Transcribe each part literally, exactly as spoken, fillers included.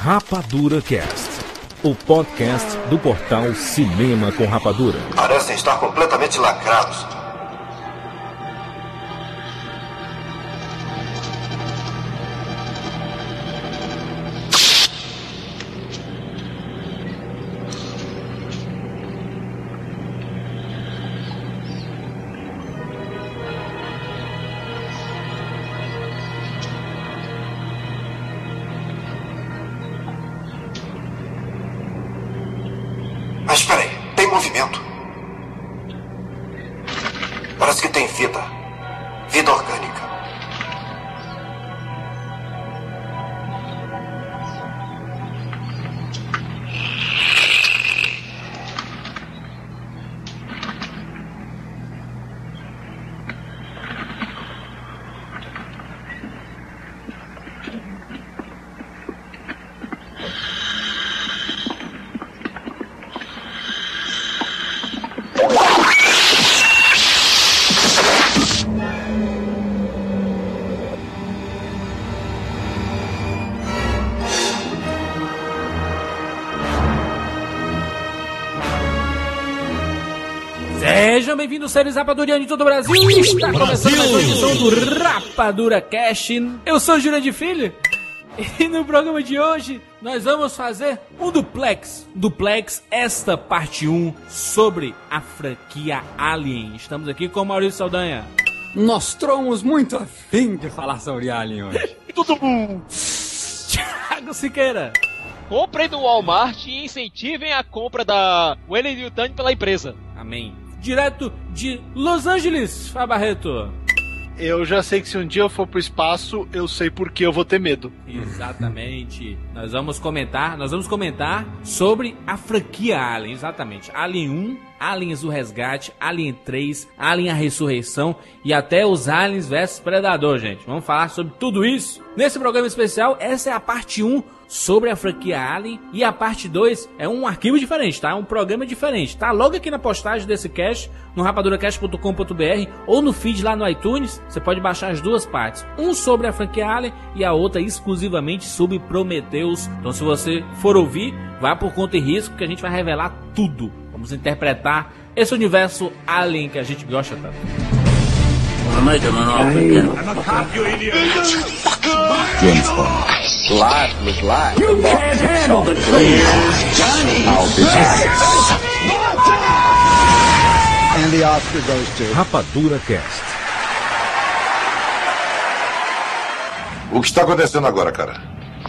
Rapadura Cast, o podcast do portal Cinema com Rapadura. Parecem estar completamente lacrados. Mas espera aí, tem movimento. Parece que tem vida. Vida orgânica. Sejam bem-vindos, seres rapadurianos de todo o Brasil. Está começando mais uma edição do Rapadura Cast. Eu sou o Jurandir Filho e no programa de hoje nós vamos fazer um duplex. Duplex, esta parte um sobre a franquia Alien. Estamos aqui com o Maurício Saldanha. Nós estamos muito afim de falar sobre Alien hoje. Tudo bom? Thiago Siqueira. Comprem no Walmart e incentivem a compra da Wellington pela empresa. Amém. Direto de Los Angeles, Fábio Barreto. Eu já sei que se um dia eu for pro espaço, eu sei por que eu vou ter medo. Exatamente. Nós vamos comentar, nós vamos comentar sobre a franquia Alien, exatamente. Alien um, Aliens o Resgate, Alien três, Alien a Ressurreição e até os Aliens versus Predador, gente. Vamos falar sobre tudo isso nesse programa especial. Essa é a parte um sobre a franquia Alien e a parte dois é um arquivo diferente, tá? Um programa diferente. Tá logo aqui na postagem desse cast, no rapaduracast ponto com ponto br ou no feed lá no iTunes. Você pode baixar as duas partes. Um sobre a franquia Alien e a outra exclusivamente sobre Prometheus. Então se você for ouvir, vá por conta e risco que a gente vai revelar tudo. Vamos interpretar esse universo Alien que a gente gosta tanto. James Bond. Life was life. You can't handle the truth, Johnny. I'll be back. And the Oscar goes to Rapadura Cast. O que está acontecendo agora, cara?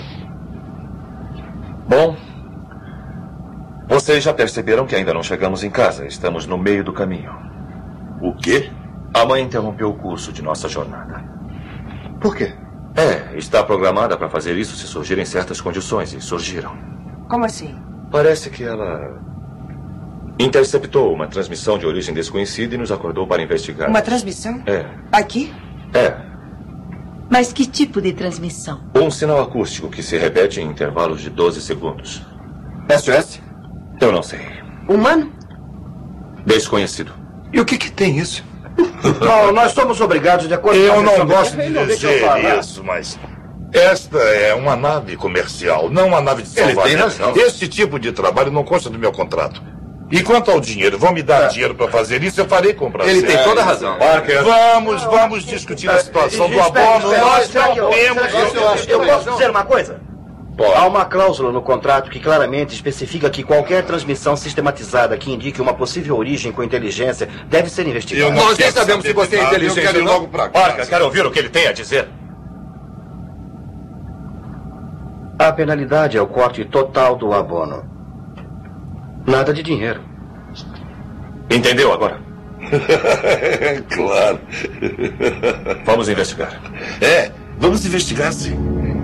Bom, vocês já perceberam que ainda não chegamos em casa. Estamos no meio do caminho. O quê? A mãe interrompeu o curso de nossa jornada. Por quê? É, está programada para fazer isso se surgirem certas condições, e surgiram. Como assim? Parece que ela interceptou uma transmissão de origem desconhecida e nos acordou para investigar. Uma transmissão? É. Aqui? É. Mas que tipo de transmissão? Um sinal acústico que se repete em intervalos de doze segundos. S O S? Eu não sei. Humano? Desconhecido. E o que que tem isso? Bom, nós somos obrigados de acordo Eu com a não versão gosto do- de Não, deixa eu falar. dizer isso, mas esta é uma nave comercial, não uma nave de Ele tem salvamento. razão. Esse tipo de trabalho não consta do meu contrato. E quanto ao dinheiro, vão me dar dinheiro para fazer isso, eu farei com prazer. Ele tem toda a razão. Parker, vamos, vamos discutir a situação do abono. Nós Será que eu- não temos... será que eu- Eu posso dizer uma coisa? Há uma cláusula no contrato que claramente especifica que qualquer transmissão sistematizada que indique uma possível origem com inteligência deve ser investigada. Eu não Nós nem quero sabemos saber se você de é nada, inteligente eu quero ou ir não. logo pra casa. Parker, quero ouvir o que ele tem a dizer. A penalidade é o corte total do abono. Nada de dinheiro. Entendeu agora? Claro. Vamos investigar. É, vamos investigar sim.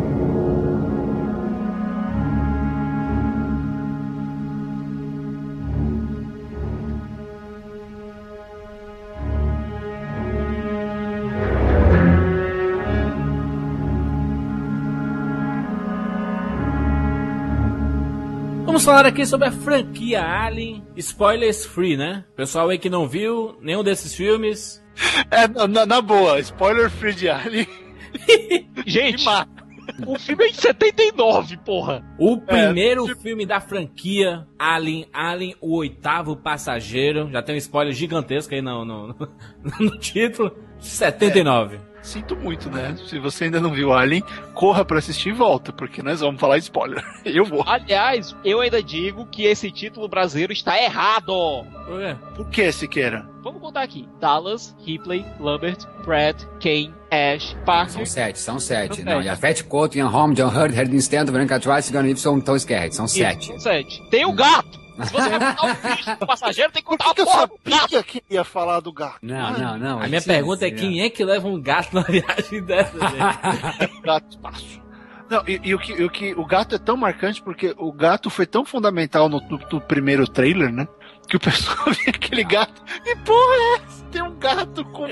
Vamos falar aqui sobre a franquia Alien, spoilers free, né? Pessoal aí que não viu nenhum desses filmes. É, na, na boa, spoiler free de Alien. Gente, mata. O filme é de setenta e nove, porra. O primeiro É. filme da franquia Alien, Alien, o oitavo passageiro. Já tem um spoiler gigantesco aí no, no, no, no título. setenta e nove. É. Sinto muito, né? Se você ainda não viu Alien, corra pra assistir e volta, porque nós vamos falar spoiler. Eu vou. Aliás, eu ainda digo que esse título brasileiro está errado. Por quê? Por que, Siqueira? Vamos contar aqui. Dallas, Ripley, Lambert, Pratt, Kane, Ash, Parker... São sete, são sete. São Não, sete. Jafet Couto, Ian Holm, John Hurt, Herdin Stanton, Veronica Trice, Gunnar Gibson, Tom Skerritt. São Isso, sete. são sete. Tem o gato. Se você vai contar o bicho do passageiro, tem que Por contar que, a que eu porra do gato. sabia que ia falar do gato? Não, não, não. A minha pergunta é quem é que leva um gato na viagem dessa, gente? Gato espaço. Não, e, e o, que, o que o gato é tão marcante porque o gato foi tão fundamental no, no, no primeiro trailer, né? Que o pessoal vê aquele gato. E porra é essa? Tem um gato com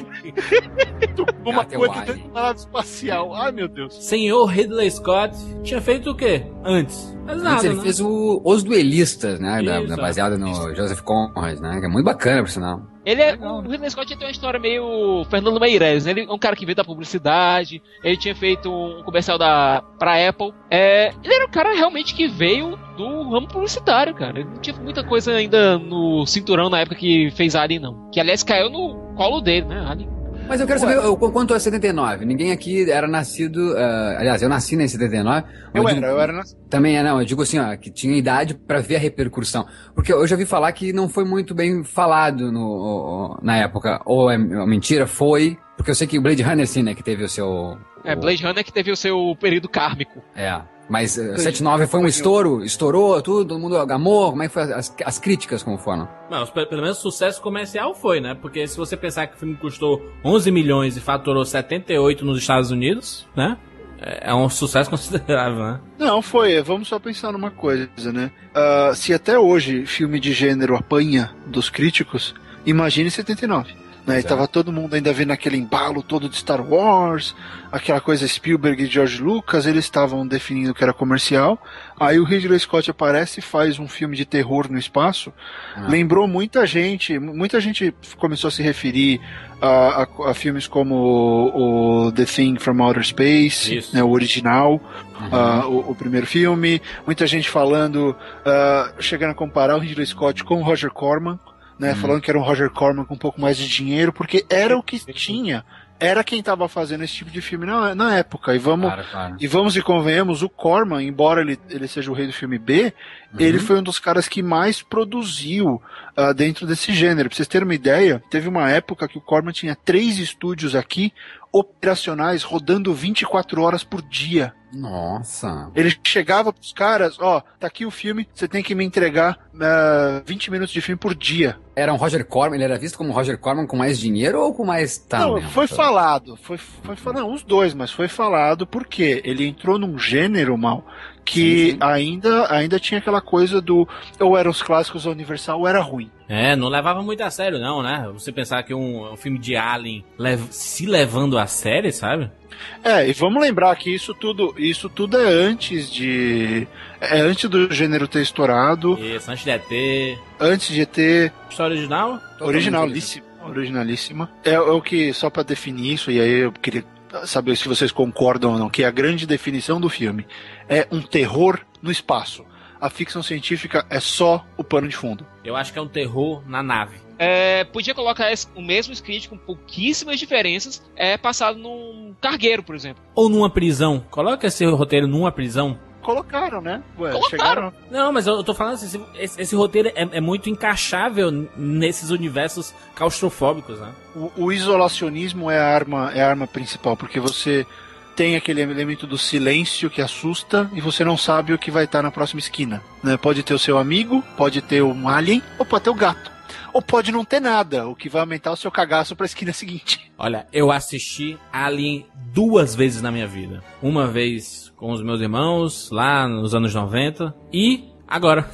uma Gato é coisa o dentro Alien. da nave espacial. Ai, meu Deus. Senhor Ridley Scott tinha feito o quê? Antes. Mas nada, Antes ele né? fez o Os Duelistas, né? Da, Isso, da- é. baseada no Joseph Conrad, né? Que é muito bacana, por sinal. Ele é, o Ridley Scott tem uma história meio Fernando Meirelles, né? Ele é um cara que veio da publicidade, ele tinha feito um comercial da, pra Apple. É, ele era um cara realmente que veio do ramo publicitário, cara. Ele não tinha muita coisa ainda no cinturão na época que fez Alien, não. Que, aliás, caiu no colo dele, né, Alien? Mas eu quero saber o quanto é setenta e nove. Ninguém aqui era nascido. ah, aliás, eu nasci em setenta e nove. Eu digo- era, eu era na... Também é, não. Eu digo assim, ó, que tinha idade pra ver a repercussão. Porque eu já ouvi falar que não foi muito bem falado no, na época. Ou é mentira? Foi. Porque eu sei que o Blade Runner, sim, né, que teve o seu. É, o- Blade Runner que teve o seu período kármico. É. Mas uh, setenta e nove foi um estouro, estourou tudo, todo mundo amou. Como é que foi as, as críticas, como foram? Não, pe- pelo menos sucesso comercial foi, né? Porque se você pensar que o filme custou onze milhões e faturou setenta e oito nos Estados Unidos, né? É é um sucesso considerável, né? Não, foi. Vamos só pensar numa coisa, né? Ah, se até hoje filme de gênero apanha dos críticos, imagine setenta e nove. Né? E tava todo mundo ainda vendo aquele embalo todo de Star Wars, aquela coisa Spielberg e George Lucas, eles estavam definindo que era comercial. Aí o Ridley Scott aparece e faz um filme de terror no espaço. Ah. Lembrou muita gente, muita gente começou a se referir a, a- a filmes como o, o The Thing from Outer Space, Isso. né, o original, Uhum. ah, o, o primeiro filme. Muita gente falando, ah, chegando a comparar o Ridley Scott com o Roger Corman, né, falando que era um Roger Corman com um pouco mais de dinheiro, porque era o que tinha, era quem estava fazendo esse tipo de filme na, na época. E vamos, Claro, claro. e vamos e convenhamos, o Corman, embora ele, ele seja o rei do filme B, ele foi um dos caras que mais produziu ah, dentro desse gênero. Pra vocês terem uma ideia, teve uma época que o Corman tinha três estúdios aqui, operacionais, rodando vinte e quatro horas por dia. Nossa. Ele chegava pros caras, ó, tá aqui o filme, você tem que me entregar ah, vinte minutos de filme por dia. Era um Roger Corman, ele era visto como Roger Corman com mais dinheiro ou com mais talento? Não, foi falado, foi, foi falado, não, os dois, mas foi falado porque ele entrou num gênero, mal, que Sim, sim. ainda ainda tinha aquela coisa do ou eram os clássicos da Universal ou era ruim. É, não levava muito a sério, não, né? Você pensar que um, um filme de Alien lev- se levando a sério, sabe? É, e vamos lembrar que isso tudo, isso tudo é antes de é antes do gênero ter estourado, Isso, antes de E T. antes de ter História original? originalíssima, originalíssima. É, é o que só pra definir isso, e aí eu queria saber se vocês concordam ou não, que a grande definição do filme é um terror no espaço. A ficção científica é só o pano de fundo. Eu acho que é um terror na nave. É, podia colocar esse- o mesmo script com pouquíssimas diferenças, é passado num cargueiro, por exemplo. Ou numa prisão. Coloca esse roteiro numa prisão. Colocaram, né? Ué, Colocaram. chegaram. Não, mas eu, eu tô falando assim, esse, esse roteiro é, é muito encaixável n- nesses universos claustrofóbicos, né? O, o isolacionismo é a arma, é a arma principal, porque você tem aquele elemento do silêncio que assusta e você não sabe o que vai estar na próxima esquina. Né? Pode ter o seu amigo, pode ter um alien, ou pode ter o gato. Ou pode não ter nada, o que vai aumentar o seu cagaço pra esquina seguinte. Olha, eu assisti Alien duas vezes na minha vida. Uma vez com os meus irmãos, lá nos anos noventa, e agora.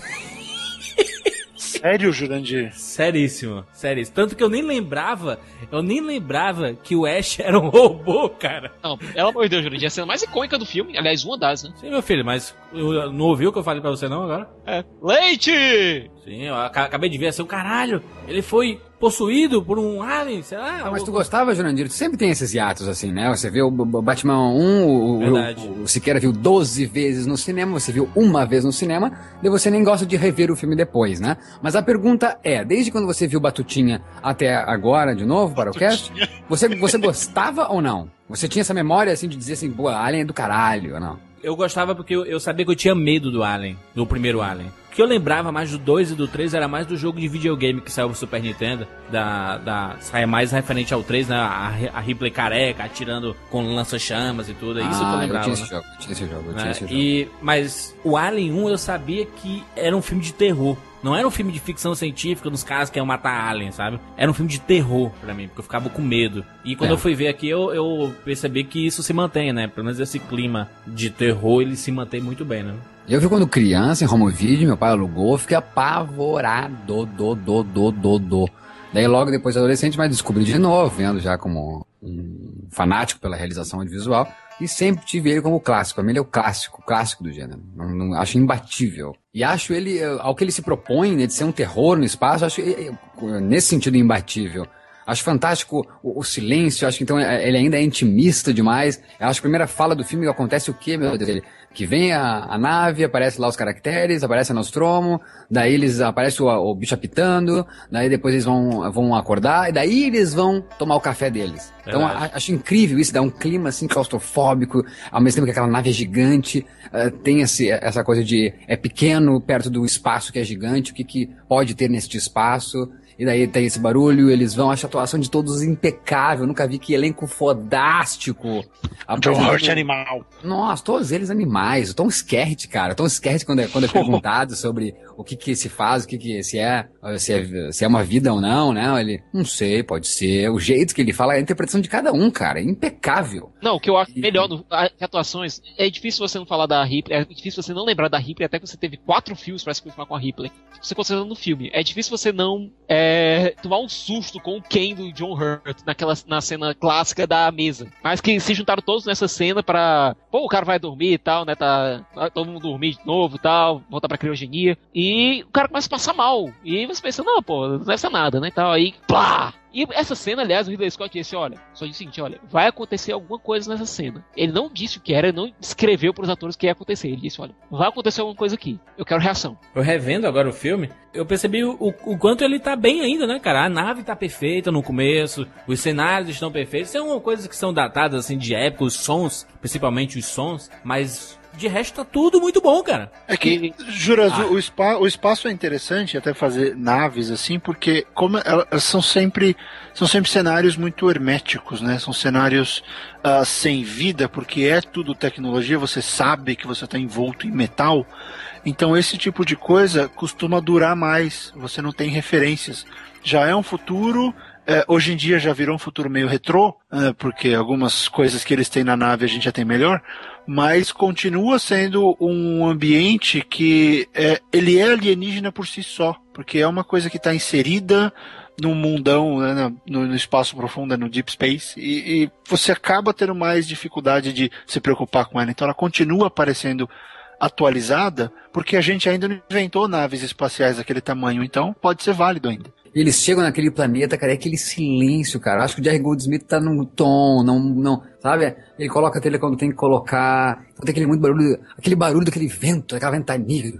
Sério, Jurandir? Seríssimo, seríssimo. Tanto que eu nem lembrava, eu nem lembrava que o Ash era um robô, cara. Não, pelo amor de Deus, Jurandir, a cena mais icônica do filme, aliás, uma das, né? Sim, meu filho, mas eu não ouviu o que eu falei pra você não agora? É. Leite! Sim, eu aca- acabei de ver assim, o caralho, ele foi possuído por um alien, sei lá. Ah, mas tu gostava, Jurandir? Tu sempre tem esses hiatos assim, né? Você viu o Batman um, o, o, o Siqueira viu doze vezes no cinema, você viu uma vez no cinema, daí você nem gosta de rever o filme depois, né? Mas a pergunta é, desde quando você viu Batutinha até agora, de novo, para o cast, você, você gostava ou não? Você tinha essa memória, assim, de dizer assim, pô, Alien é do caralho, ou não? Eu gostava porque eu, eu sabia que eu tinha medo do Alien, do primeiro Alien. O que eu lembrava mais do dois e do três era mais do jogo de videogame que saiu pro Super Nintendo, da, da, saia mais referente ao três, né? A, a Ripley careca, atirando com lança-chamas e tudo, é isso ah, que eu lembrava. Eu tinha esse né? jogo, eu tinha esse jogo, eu né? tinha esse jogo. E, mas o Alien um eu sabia que era um filme de terror. Não era um filme de ficção científica nos casos que iam matar alien, sabe? Era um filme de terror pra mim, porque eu ficava com medo. E quando é. eu fui ver aqui, eu, eu percebi que isso se mantém, né? Pelo menos esse clima de terror, ele se mantém muito bem, né? Eu vi quando criança, em home video, meu pai alugou, eu fiquei apavorado, do, do, do, do, do. Daí logo depois de adolescente, mas descobri de novo, vendo já como um fanático pela realização audiovisual. E sempre tive ele como clássico. Pra mim ele é o clássico, o clássico do gênero. Não, não, acho imbatível. E acho ele, ao que ele se propõe, né, de ser um terror no espaço, acho nesse sentido imbatível. Acho fantástico o, o silêncio, acho que então ele ainda é intimista demais. Eu acho que a primeira fala do filme acontece o quê, meu Deus? Ele, que vem a, a nave, aparece lá os caracteres, aparece a Nostromo, daí eles aparece o, o bicho apitando, daí depois eles vão, vão acordar, e daí eles vão tomar o café deles. Então a, acho incrível isso, dá um clima assim claustrofóbico, ao mesmo tempo que aquela nave é gigante, uh, tem esse, essa coisa de é pequeno perto do espaço que é gigante, o que, que pode ter neste espaço. E daí tem esse barulho, eles vão, acho a atuação de todos impecável, nunca vi que elenco fodástico. John Hurt animal. Nossa, todos eles animais. O Tom Skerritt, cara. O Tom Skerritt, quando é, quando é perguntado sobre o que que se faz, o que que se é, se é, se é uma vida ou não, né? Ele, não sei, pode ser. O jeito que ele fala, a interpretação de cada um, cara, é impecável. Não, o que eu acho melhor no, a, atuações, é difícil você não falar da Ripley, é difícil você não lembrar da Ripley, até que você teve quatro filmes pra se confirmar com a Ripley. Você considerando no filme. É difícil você não é, tomar um susto com o Ken do John Hurt naquela, na cena clássica da mesa. Mas que se juntaram todos nessa cena pra... Pô, o cara vai dormir e tal, né? Tá, todo mundo dormir de novo e tal, voltar pra criogenia. E o cara começa a passar mal. E você pensa, não, pô, não deve ser nada, né? Tal, aí, plá! E essa cena, aliás, o Ridley Scott disse, olha, só disse o seguinte, olha, vai acontecer alguma coisa nessa cena. Ele não disse o que era, ele não descreveu pros atores o que ia acontecer. Ele disse, olha, vai acontecer alguma coisa aqui. Eu quero reação. Eu revendo agora o filme, eu percebi o, o, o quanto ele tá bem ainda, né, cara? A nave tá perfeita no começo, os cenários estão perfeitos. São coisas que são datadas, assim, de época, os sons, principalmente os sons, mas... De resto tá tudo muito bom, cara. É que, Juras, ah. o, spa, o espaço é interessante até fazer naves assim, porque como elas são sempre são sempre cenários muito herméticos, né? São cenários uh, sem vida, porque é tudo tecnologia, você sabe que você está envolto em metal. Então esse tipo de coisa costuma durar mais, você não tem referências. Já é um futuro... É, hoje em dia já virou um futuro meio retrô, é, porque algumas coisas que eles têm na nave a gente já tem melhor, mas continua sendo um ambiente que é, ele é alienígena por si só, porque é uma coisa que está inserida no mundão, né, no, no espaço profundo, no deep space, e, e você acaba tendo mais dificuldade de se preocupar com ela, então ela continua aparecendo atualizada, porque a gente ainda não inventou naves espaciais daquele tamanho, então pode ser válido ainda. Eles chegam naquele planeta, cara, é aquele silêncio, cara. Eu acho que o Jerry Goldsmith tá num tom, não, não, sabe? Ele coloca a trilha quando tem que colocar. Então tem aquele muito barulho, aquele barulho daquele vento, daquela ventania.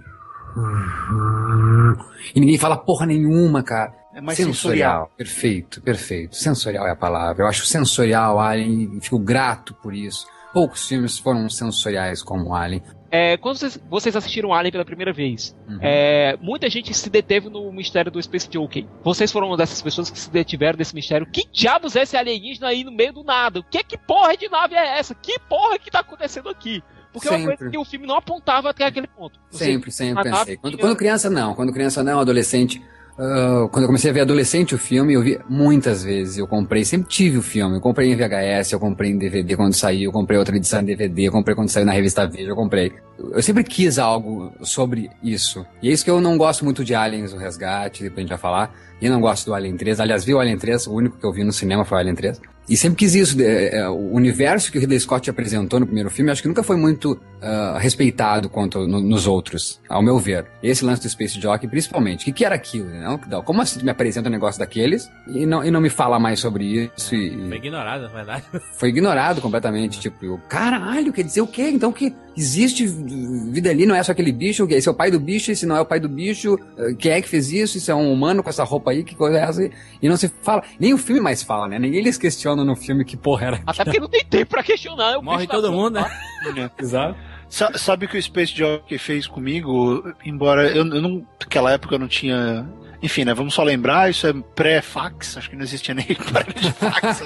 E ninguém fala porra nenhuma, cara. É mais sensorial. sensorial. Perfeito, perfeito. Sensorial é a palavra. Eu acho sensorial Alien e fico grato por isso. Poucos filmes foram sensoriais como Alien. É, quando vocês, vocês assistiram Alien pela primeira vez, uhum. é, muita gente se deteve no mistério do Space Jockey. Vocês foram uma dessas pessoas que se detiveram desse mistério. Que diabos é esse alienígena aí no meio do nada? O que que porra de nave é essa? Que porra que tá acontecendo aqui? Porque sempre. É uma coisa que o filme não apontava até aquele ponto. Você, sempre, sempre pensei. Quando, quando criança não, quando criança não, adolescente... Uh, quando eu comecei a ver adolescente o filme, eu vi muitas vezes, eu comprei, sempre tive o filme, eu comprei em V H S, eu comprei em D V D quando saiu, eu comprei outra edição em D V D, eu comprei quando saiu na revista Veja, eu comprei. eu sempre quis algo sobre isso. E é isso que eu não gosto muito de Aliens, o Resgate, depois a gente vai falar. E eu não gosto do Alien três. Aliás, vi o Alien três, o único que eu vi no cinema foi o Alien três. E sempre quis isso. É, é, o universo que o Ridley Scott apresentou no primeiro filme, acho que nunca foi muito uh, respeitado quanto no, nos outros, ao meu ver. Esse lance do Space Jockey, principalmente. O que, que era aquilo? Não? Como assim me apresenta um negócio daqueles e não, e não me fala mais sobre isso? E, foi ignorado, na verdade. Foi ignorado completamente. Tipo, eu, caralho, quer dizer o quê? Então que existe vida ali, não é só aquele bicho? Esse é o pai do bicho, esse não é o pai do bicho? Quem é que fez isso? Isso é um humano com essa roupa aí? Que coisa é essa? E não se fala. Nem o filme mais fala, né? Ninguém eles questiona no filme que porra era. Até porque não tem tempo pra questionar. Morre todo mundo, né? Exato. Sa- sabe o que o Space Jockey fez comigo? Embora eu, eu não. Naquela época eu não tinha. Enfim, né? Vamos só lembrar, isso é pré-fax, acho que não existia nem aparelho de fax.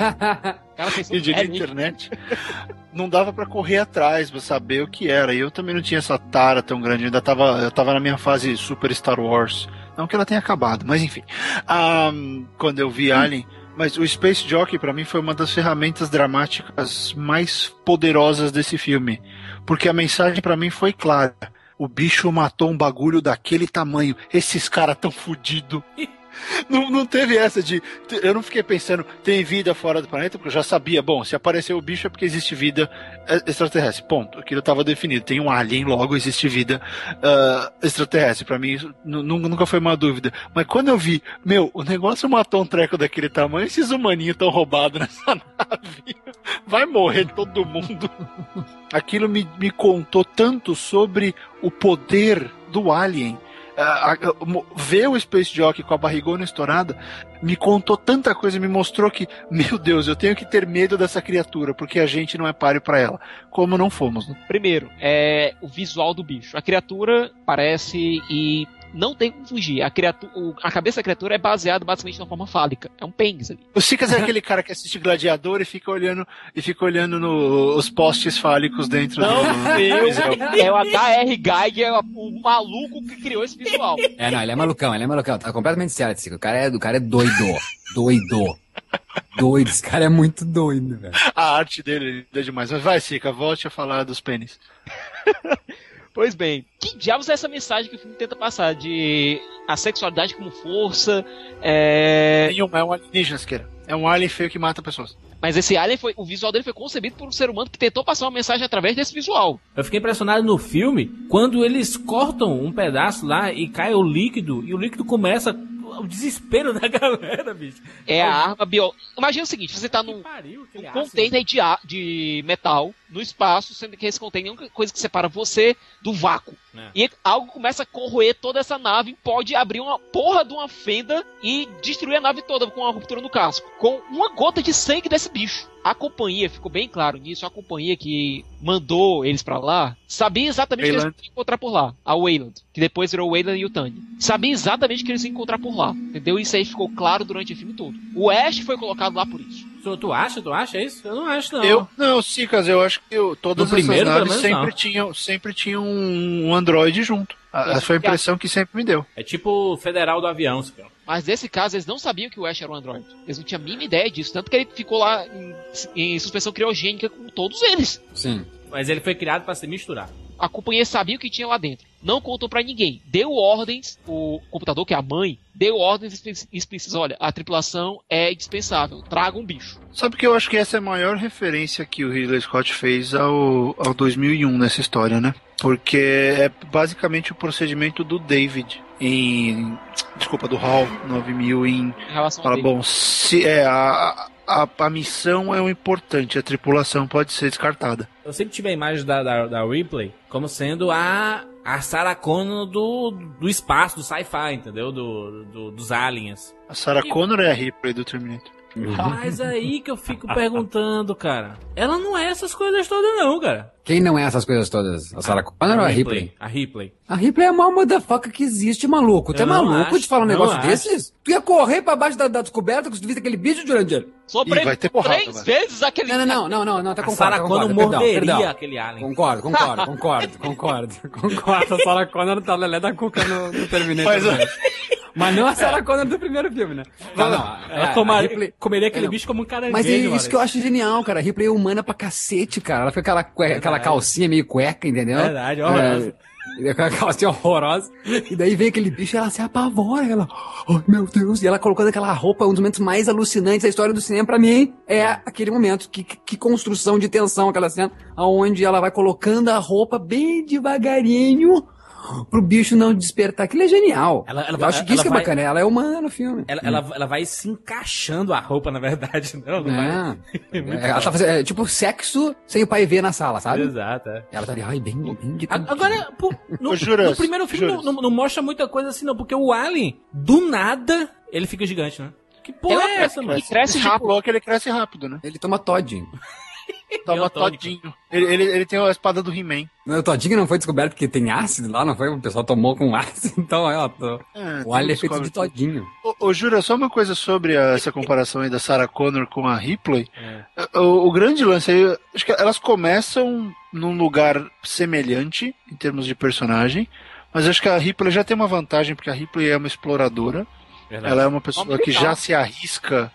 E de internet. Não dava pra correr atrás, pra saber o que era. E eu também não tinha essa tara tão grande. Eu ainda tava, eu tava na minha fase Super Star Wars. Não que ela tenha acabado, mas enfim. Um, quando eu vi Alien. Mas o Space Jockey, pra mim, foi uma das ferramentas dramáticas mais poderosas desse filme. Porque a mensagem pra mim foi clara. O bicho matou um bagulho daquele tamanho. Esses caras tão fudidos. Não, não teve essa de... Eu não fiquei pensando, tem vida fora do planeta? Porque eu já sabia, bom, se apareceu o bicho é porque existe vida extraterrestre. Ponto. Aquilo estava definido. Tem um alien, logo existe vida uh, extraterrestre. Pra mim, isso nunca foi uma dúvida. Mas quando eu vi, meu, o negócio matou um treco daquele tamanho, esses humaninhos tão roubados nessa nave. Vai morrer todo mundo. Aquilo me, me contou tanto sobre o poder do alien. Uh, uh, uh, ver o Space Jockey com a barrigona estourada me contou tanta coisa, me mostrou que, meu Deus, eu tenho que ter medo dessa criatura, porque a gente não é páreo pra ela, como não fomos, né? Primeiro, é o visual do bicho. A criatura parece e não tem como fugir. A, criatura, a cabeça da criatura é baseada basicamente na forma fálica. É um pênis ali. O Sicas é aquele cara que assiste Gladiador e fica olhando, e fica olhando no, os postes fálicos dentro não, do... Eu, é o H R. Geiger, o maluco que criou esse visual. É, não, ele é malucão, ele é malucão. Tá completamente certo, Sicas. O cara é, o cara é doido. Doido. Doido. Esse cara é muito doido, velho. A arte dele é demais. Mas vai, Sica, volte a falar dos pênis. Pois bem, que diabos é essa mensagem que o filme tenta passar? De a sexualidade como força, é... Nenhum, é um alienígena, Siqueira. É um alien feio que mata pessoas. Mas esse alien, foi, o visual dele foi concebido por um ser humano que tentou passar uma mensagem através desse visual. Eu fiquei impressionado no filme, quando eles cortam um pedaço lá e cai o líquido, e o líquido começa... O desespero da galera, bicho. É a arma biológica. Imagina o seguinte, você tá num, pariu, num container de, ar, de metal no espaço, sendo que esse container é a única coisa que separa você do vácuo. É. E algo começa a corroer toda essa nave, pode abrir uma porra de uma fenda e destruir a nave toda com uma ruptura no casco. Com uma gota de sangue desse bicho. A companhia, ficou bem claro nisso, a companhia que mandou eles pra lá, sabia exatamente o que eles iam encontrar por lá. A Weyland, que depois virou Weyland e Yutani. Sabia exatamente o que eles iam encontrar por lá. Entendeu? Isso aí ficou claro durante o filme todo. O Ash foi colocado lá por isso. Tu, tu acha? Tu acha isso? Eu não acho, não. Eu, não, Sicas, eu acho que eu, todas no primeiro, essas naves sempre não. tinham, sempre tinham um Android junto. Essa foi a impressão que sempre me deu. É tipo o federal do avião, Sicas. Mas nesse caso, eles não sabiam que o Ash era um androide. Eles não tinham a mínima ideia disso. Tanto que ele ficou lá em, em suspensão criogênica com todos eles. Sim. Mas ele foi criado para se misturar. A companhia sabia o que tinha lá dentro. Não contou pra ninguém. Deu ordens, o computador, que é a mãe, deu ordens explícitas. Olha, a tripulação é indispensável. Traga um bicho. Sabe que eu acho que essa é a maior referência que o Ridley Scott fez ao, ao dois mil e um nessa história, né? Porque é basicamente o procedimento do David em... Desculpa, do HAL nove mil em... Em relação fala, a bom, se é a... A, a missão é o importante, a tripulação pode ser descartada. Eu sempre tive a imagem da, da, da Ripley como sendo a, a Sarah Connor do, do espaço, do sci-fi, entendeu? Do, do, dos aliens. A Sarah e... Connor é a Ripley do Terminator. Mas aí que eu fico perguntando, cara. Ela não é essas coisas todas não, cara. Quem não é essas coisas todas? A Sarah Connor ou a Ripley? A Ripley. A Ripley é a maior motherfucker que existe, maluco. Tu é maluco de falar um negócio acho. desses? Tu ia correr pra baixo da, da descoberta com vista aquele bicho, Jurandir? Sobre vai ter porrada, três vai. vezes aquele... Não, não, não, não, não, tá A concordo. Sarah tá Connor concordo, morderia perdão, perdão. aquele alien. Concordo, concordo, concordo, concordo, concordo. Concordo, a Sarah Connor tá lelé da cuca no, no Terminator. Mas, Mas não a Sarah Connor do primeiro filme, né? Não, não. Ela a- toma- a Ripley- comeria aquele É, não. bicho como um caranguejo. Mas é isso Maurício. que eu acho genial, cara. A Ripley é humana pra cacete, cara. Ela fica com aquela, cue- aquela calcinha meio cueca, entendeu? Verdade, horrorosa. É, aquela calcinha horrorosa. E daí vem aquele bicho e ela se apavora. Ela, ai meu Deus. E ela colocando aquela roupa, um dos momentos mais alucinantes da história do cinema, pra mim, é aquele momento. Que, que, que construção de tensão aquela cena, onde ela vai colocando a roupa bem devagarinho pro bicho não despertar. Aquilo é genial. Ela- ela eu vai- acho que ela isso que é vai- bacana. Ela é humana no filme. Ela, ela, ela vai se encaixando a roupa, na verdade. Não, não vai. É. Muito É, ela tá fazendo, é, tipo sexo sem o pai ver na sala, sabe? Exato, é. Ela tá ali, ai, bem, bem de A- Agora, pô, no, Ô, Juras, no primeiro filme não, Juras. não- não mostra muita coisa assim, não, porque o Alien, do nada, ele fica gigante, né? Que porra Ela é essa, mano? E cresce rápido. Estipulou que ele cresce rápido, né? Ele toma Todd. Toma tônico. todinho. Ele, ele, ele tem a espada do He-Man. O Todinho não foi descoberto porque tem ácido lá, não foi? O pessoal tomou com ácido, então ó, tô... É, o alho é tem feito de descobre- Todinho. Ô, ô, Jura, só uma coisa sobre a- essa comparação aí da Sarah Connor com a Ripley. O, o grande lance aí, acho que elas começam num lugar semelhante em termos de personagem, mas acho que a Ripley já tem uma vantagem, porque a Ripley é uma exploradora. Verdade. Ela é uma pessoa que já se arrisca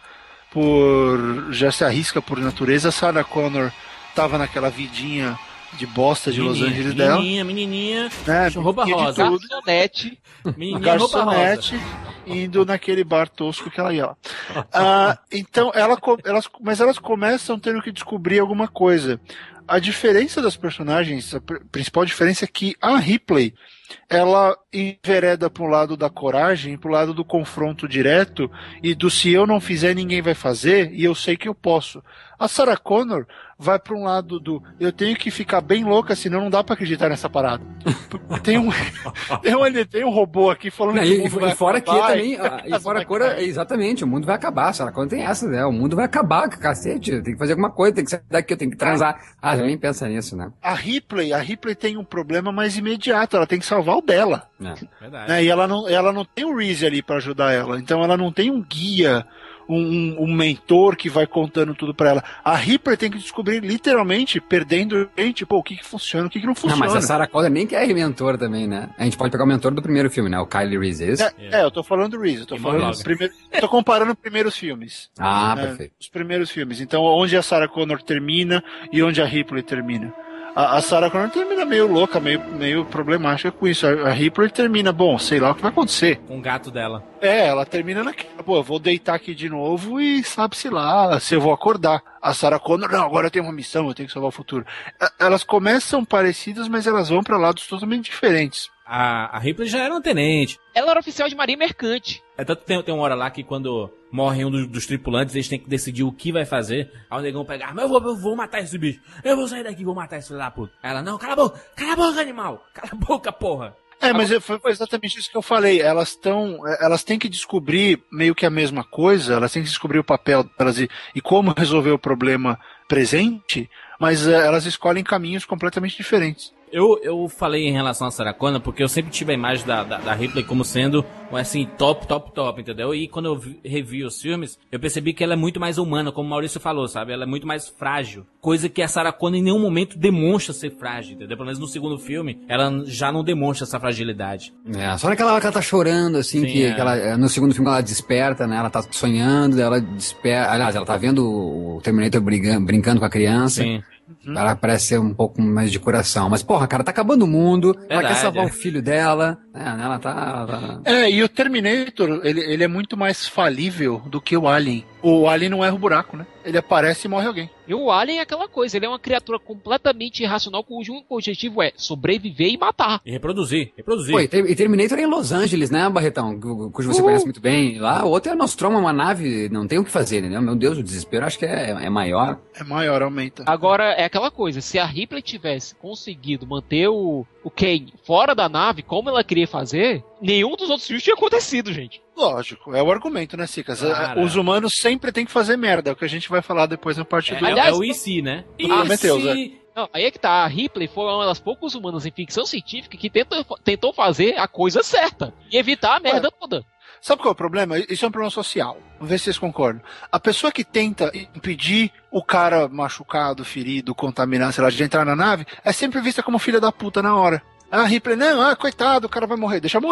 por. já se arrisca por natureza. A Sarah Connor tava naquela vidinha de bosta de Los Menininha, Angeles dela. Menininha, menininha, Né? roupa Biquinha de rosa. tudo. Garçonete. Menininha, roupa rosa. Garçonete indo naquele bar tosco que ela ia lá. Ah, então, ela, co- elas, mas elas começam tendo que descobrir alguma coisa. A diferença das personagens, a pr- principal diferença é que a Ripley, ela envereda para o lado da coragem, para o lado do confronto direto e do se eu não fizer ninguém vai fazer e eu sei que eu posso. A Sarah Connor vai para um lado do eu tenho que ficar bem louca, senão não dá para acreditar nessa parada. Tem um, tem um, tem um robô aqui falando Não, que e, o mundo vai e fora que acabar, também, e ah, e casa fora vai a cor, cair. exatamente, o mundo vai acabar, Sarah Connor tem essa, né? O mundo vai acabar, cacete, tem que fazer alguma coisa, tem que sair daqui, eu tenho que transar. Ah, também pensa nisso, né? A Ripley, a Ripley tem um problema mais imediato, ela tem que salvar o dela. É. Verdade. Né? E ela não, ela não tem o Reese ali pra ajudar ela. Então ela não tem um guia, um, um- um mentor que vai contando tudo pra ela. A Ripley tem que descobrir, literalmente, perdendo gente, pô, o que que funciona, o que que não Não, funciona. mas a Sarah Connor nem quer mentor também, né? A gente pode pegar o mentor do primeiro filme, né? O Kylie Reese, é isso? É, é, eu tô falando do Reese, eu tô E falando Monologue. dos primeiros. Eu tô comparando os primeiros filmes. Ah, né? perfeito. Os primeiros filmes. Então, onde a Sarah Connor termina e onde a Ripley termina. A, a Sarah Connor termina meio louca, meio, meio problemática com isso. A, a Ripley termina, bom, sei lá o que vai acontecer. Com o gato dela. É, ela termina naquela, pô, eu vou deitar aqui de novo e sabe-se lá se eu vou acordar. A Sarah Connor, não, agora eu tenho uma missão, eu tenho que salvar o futuro. E- Elas começam parecidas, mas elas vão pra lados totalmente diferentes. A, a Ripley já era um tenente. Ela era oficial de marinha mercante. É tanto que tem, tem uma hora lá que quando morre um dos, dos tripulantes, eles têm que decidir o que vai fazer. Aí o negão pega, mas eu vou, eu vou matar esse bicho. Eu vou sair daqui e vou matar esse filho da puta. Aí ela, não, cala a boca, cala a boca, animal. Cala a boca, porra. É, mas é- foi foi exatamente isso que eu falei. Elas estão, elas têm que descobrir meio que a mesma coisa. Elas têm que descobrir o papel delas e, e como resolver o problema presente. Mas eh, elas escolhem caminhos completamente diferentes. Eu, eu falei em relação a Sarah Connor porque eu sempre tive a imagem da, da, da Ripley como sendo, assim, top, top, top, entendeu? E quando eu vi, revi os filmes, eu percebi que ela é muito mais humana, como o Maurício falou, sabe? Ela é muito mais frágil. Coisa que a Sarah Connor em nenhum momento demonstra ser frágil, entendeu? Pelo menos no segundo filme, ela já não demonstra essa fragilidade. É, só naquela hora que ela tá chorando, assim, Sim, que, é. que ela, no segundo filme ela desperta, né? Ela tá sonhando, ela desperta. Aliás, ela tá vendo o Terminator brigando, brincando com a criança. Sim. Ela parece ser um pouco mais de coração. Mas, porra, cara, tá acabando o mundo. Ela Verdade, quer salvar é. o filho dela. É, né, ela tá. Ela tá... É, e o Terminator, ele, ele é muito mais falível do que o Alien. O Alien não erra o buraco, né? Ele aparece e morre alguém. E o Alien é aquela coisa, ele é uma criatura completamente irracional cujo único objetivo é sobreviver e matar. E reproduzir, reproduzir. Pô, e Ter- e Terminator é em Los Angeles, né, Barretão? Cu- Cujo você Uhul. conhece muito bem. Lá, o outro é Nostromo, uma nave, não tem o que fazer, entendeu? Meu Deus, o desespero acho que é, é maior. É maior, aumenta. Agora, é aquela coisa, se a Ripley tivesse conseguido manter o, o Kane fora da nave, como ela queria fazer, nenhum dos outros filmes tinha acontecido, gente. Lógico, é o argumento, né, Cicas? Cara. Os humanos sempre têm que fazer merda, é o que a gente vai falar depois na parte É, do... é, Aliás, é o I C, né? do Prometheus, é. Não, aí é que tá, a Ripley foi uma das poucas humanas em ficção científica que tentou, tentou fazer a coisa certa e evitar a merda toda. Sabe qual é o problema? Isso é um problema social. Vamos ver se vocês concordam. A pessoa que tenta impedir o cara machucado, ferido, contaminado, sei lá, de entrar na nave, é sempre vista como filha da puta na hora. A Ripley, não, ah, coitado, o cara vai morrer. Deixa morrer.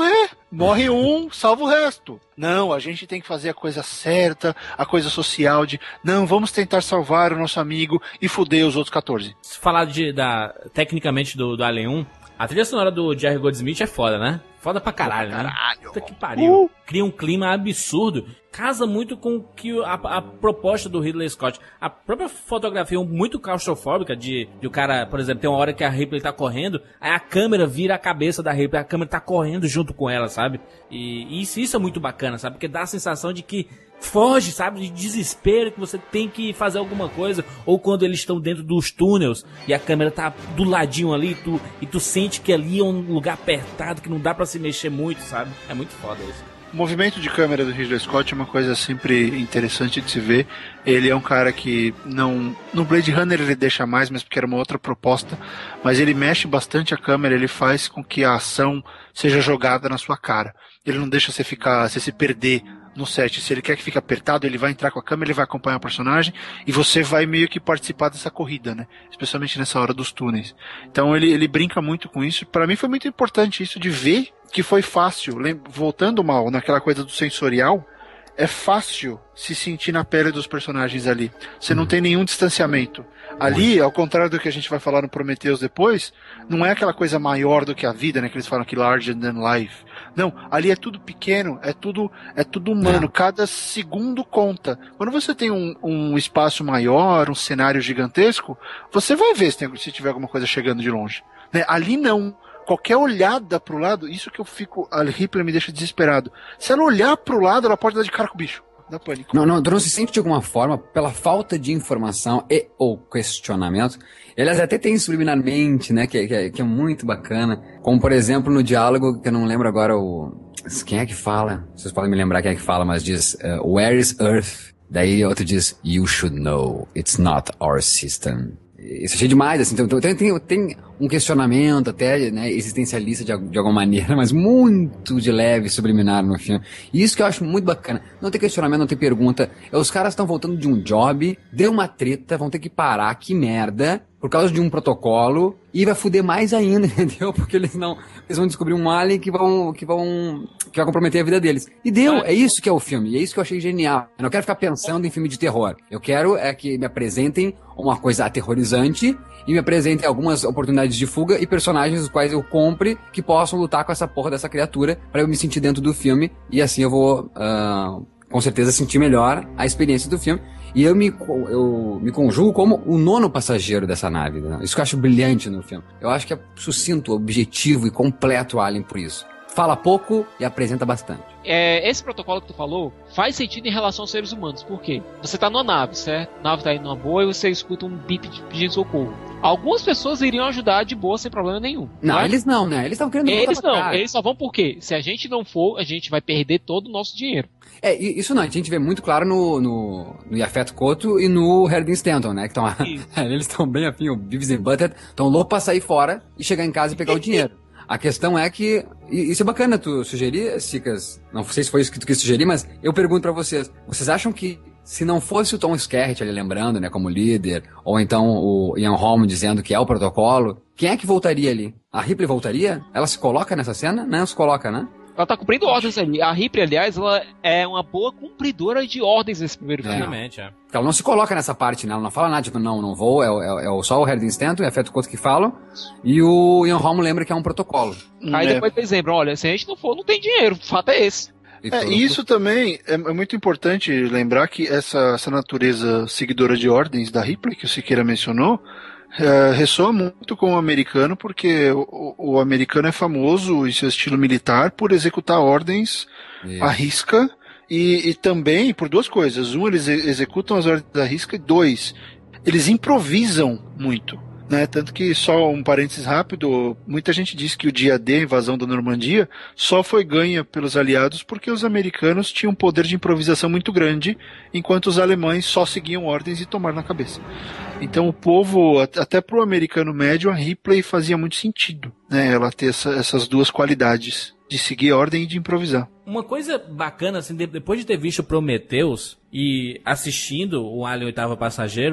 Morre um, salva o resto. Não, a gente tem que fazer a coisa certa, a coisa social de, não, vamos tentar salvar o nosso amigo e fuder os outros quatorze. Se falar de, da, tecnicamente do, do Alien um, a trilha sonora do Jerry Goldsmith é foda, né? Foda pra caralho, né? Puta que pariu. Uh. Cria um clima absurdo. Casa muito com que a, a proposta do Ridley Scott. A própria fotografia muito claustrofóbica de, de o cara, por exemplo, tem uma hora que a Ripley tá correndo, aí a câmera vira a cabeça da Ripley, a câmera tá correndo junto com ela, sabe? E, e isso, isso é muito bacana, sabe? Porque dá a sensação de que foge, sabe? De desespero, que você tem que fazer alguma coisa. Ou quando eles estão dentro dos túneis e a câmera tá do ladinho ali, tu, e tu sente que ali é um lugar apertado, que não dá pra se mexer muito, sabe? É muito foda isso. O movimento de câmera do Ridley Scott é uma coisa sempre interessante de se ver. Ele é um cara que não... No Blade Runner ele deixa mais, mas porque era uma outra proposta. Mas ele mexe bastante a câmera, ele faz com que a ação seja jogada na sua cara. Ele não deixa você ficar, você se perder no set. Se ele quer que fique apertado, ele vai entrar com a câmera, ele vai acompanhar o personagem e você vai meio que participar dessa corrida, né? Especialmente nessa hora dos túneis. Então ele, ele brinca muito com isso. Para mim foi muito importante isso de ver que foi fácil. Voltando mal naquela coisa do sensorial, é fácil se sentir na pele dos personagens ali. Você não tem nenhum distanciamento. Ali, ao contrário do que a gente vai falar no Prometheus depois, não é aquela coisa maior do que a vida, né? Que eles falam que larger than life. Não, ali é tudo pequeno, é tudo, é tudo humano. Cada segundo conta. Quando você tem um, um espaço maior, um cenário gigantesco, você vai ver se, tem, se tiver alguma coisa chegando de longe. Né? Ali não. Qualquer olhada pro lado, isso que eu fico, a Ripley me deixa desesperado. Se ela olhar pro lado, ela pode dar de cara com o bicho. Dá pânico. Não, não, tu não se sente de alguma forma, pela falta de informação e ou questionamento. Elas até têm subliminarmente, né, que, que, que é muito bacana. Como, por exemplo, no diálogo, que eu não lembro agora o... Quem é que fala? Vocês podem me lembrar quem é que fala, mas diz, uh, where is Earth? Daí outro diz, you should know, it's not our system. Isso é cheio demais, assim, então tem, tem, tem um questionamento até, né, existencialista de, de alguma maneira, mas muito de leve, subliminar no filme. E isso que eu acho muito bacana. Não tem questionamento, não tem pergunta. Os caras estão voltando de um job, deu uma treta, vão ter que parar, que merda, por causa de um protocolo, e vai fuder mais ainda, entendeu? Porque eles não, eles vão descobrir um alien que vão, que vão, que vai comprometer a vida deles. E deu, é isso que é o filme, e é isso que eu achei genial. Eu não quero ficar pensando em filme de terror. Eu quero é que me apresentem uma coisa aterrorizante e me apresentem algumas oportunidades de fuga e personagens os quais eu compre que possam lutar com essa porra dessa criatura pra eu me sentir dentro do filme, e assim eu vou, uh, com certeza sentir melhor a experiência do filme. E eu me, eu me conjugo como o nono passageiro dessa nave, né? Isso que eu acho brilhante no filme. Eu acho que é sucinto, objetivo e completo o Alien por isso. Fala pouco e apresenta bastante. É, esse protocolo que tu falou faz sentido em relação aos seres humanos. Por quê? Você tá numa nave, certo? A nave tá indo numa boa e você escuta um bip de pedido de socorro. Algumas pessoas iriam ajudar de boa, sem problema nenhum. Não, não é? eles não, né? Eles estão querendo... Eles não, cara. Eles só vão por quê? Se a gente não for, a gente vai perder todo o nosso dinheiro. É, isso não, a gente vê muito claro no, no, no Yaphet Kotto e no Harry Stanton, né? Que tão, eles estão bem afim, o Beavis and Butthead, estão loucos pra sair fora e chegar em casa e pegar o dinheiro. A questão é que, e isso é bacana tu sugerir, Cicas, não sei se foi isso que tu quis sugerir, mas eu pergunto pra vocês, vocês acham que se não fosse o Tom Skerritt ali lembrando, né, como líder, ou então o Ian Holm dizendo que é o protocolo, quem é que voltaria ali? A Ripley voltaria? Ela se coloca nessa cena? Não se coloca, né? Ela tá cumprindo ordens ali. A Ripley, aliás, ela é uma boa cumpridora de ordens nesse primeiro filme. Exatamente, é. Ela não se coloca nessa parte, né? Ela não fala nada, tipo, não, não vou, é, é, é só o Harry Stanton e a Yaphet Kotto que falam, e o Ian Holm lembra que é um protocolo. Aí é. depois eles lembram, olha, se a gente não for, não tem dinheiro, o fato é esse. E é, isso também é, é muito importante lembrar que essa, essa natureza seguidora de ordens da Ripley, que o Siqueira mencionou, é, ressoa muito com o americano, porque o, o americano é famoso em seu estilo militar por executar ordens Isso. à risca, e, e também por duas coisas. Um, eles executam as ordens à risca, e dois, eles improvisam muito. Né? Tanto que, só um parênteses rápido, muita gente diz que o dia D, a invasão da Normandia, só foi ganha pelos aliados porque os americanos tinham um poder de improvisação muito grande, enquanto os alemães só seguiam ordens e tomaram na cabeça. Então o povo, até pro americano médio, a Ripley fazia muito sentido, né? Ela ter essa, essas duas qualidades, de seguir ordem e de improvisar. Uma coisa bacana, assim, depois de ter visto Prometheus e assistindo o Alien Oitavo Passageiro,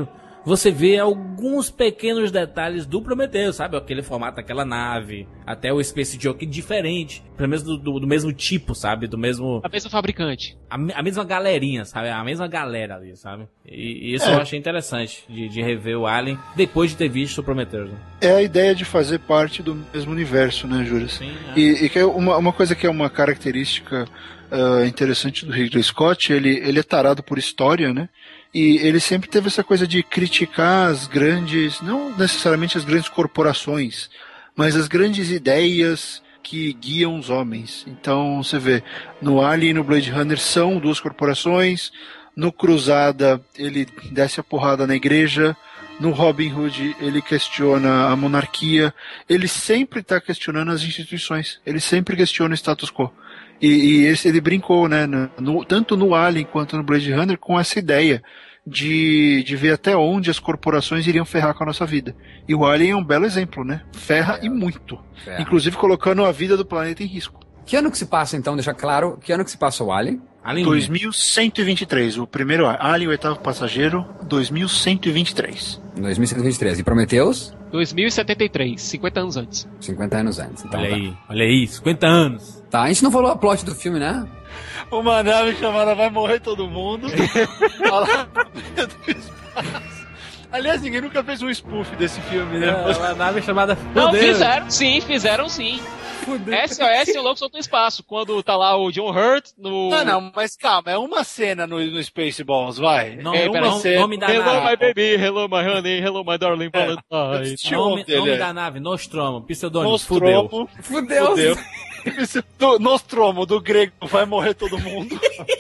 você vê alguns pequenos detalhes do Prometheus, sabe? Aquele formato daquela nave, até o Space Jockey diferente, pelo menos do, do, do mesmo tipo, sabe? Do mesmo... A mesma fabricante. A, a mesma galerinha, sabe? A mesma galera ali, sabe? E, e isso É. eu achei interessante, de, de rever o Alien depois de ter visto o Prometheus. Né? É a ideia de fazer parte do mesmo universo, né, Júlio? Sim, é. E, e que é uma, uma coisa que é uma característica uh, interessante do Ridley Scott, ele, ele é tarado por história, né? E ele sempre teve essa coisa de criticar as grandes, não necessariamente as grandes corporações, mas as grandes ideias que guiam os homens. Então, você vê, no Alien e no Blade Runner são duas corporações, no Cruzada ele desce a porrada na igreja, no Robin Hood ele questiona a monarquia, ele sempre está questionando as instituições, ele sempre questiona o status quo. E, e esse, ele brincou, né, no, tanto no Alien quanto no Blade Runner, com essa ideia de, de ver até onde as corporações iriam ferrar com a nossa vida. E o Alien é um belo exemplo, né? Ferra É. e muito. Ferra. Inclusive colocando a vida do planeta em risco. Que ano que se passa, então, deixa claro, que ano que se passa o Alien? Alien dois mil cento e vinte e três, o primeiro Alien, o oitavo passageiro, dois mil cento e vinte e três. dois mil cento e vinte e três. E Prometheus? dois mil e setenta e três, cinquenta anos antes. cinquenta anos antes. Então, Olha tá. aí, olha aí, cinquenta anos. Tá, a gente não falou a plot do filme, né? Uma nave chamada Vai Morrer Todo Mundo. Fala do espaço. Aliás, ninguém nunca fez um spoof desse filme, né? É uma nave chamada Não, Fudeu. fizeram sim, fizeram sim. S O S e o Louco Solto no Espaço. Quando tá lá o John Hurt no... Não, não, mas calma, é uma cena no, no Spaceballs, vai. Não, é é, uma pera, cena. nome da Hello nave. my baby, hello my honey, hello my darling Valentine. Assisti Nome, ontem, nome ele é. da nave, Nostromo, pseudônimo, Fudeu. Nostromo. Fudeu. Fudeu. Do, Nostromo, do grego, vai morrer todo mundo.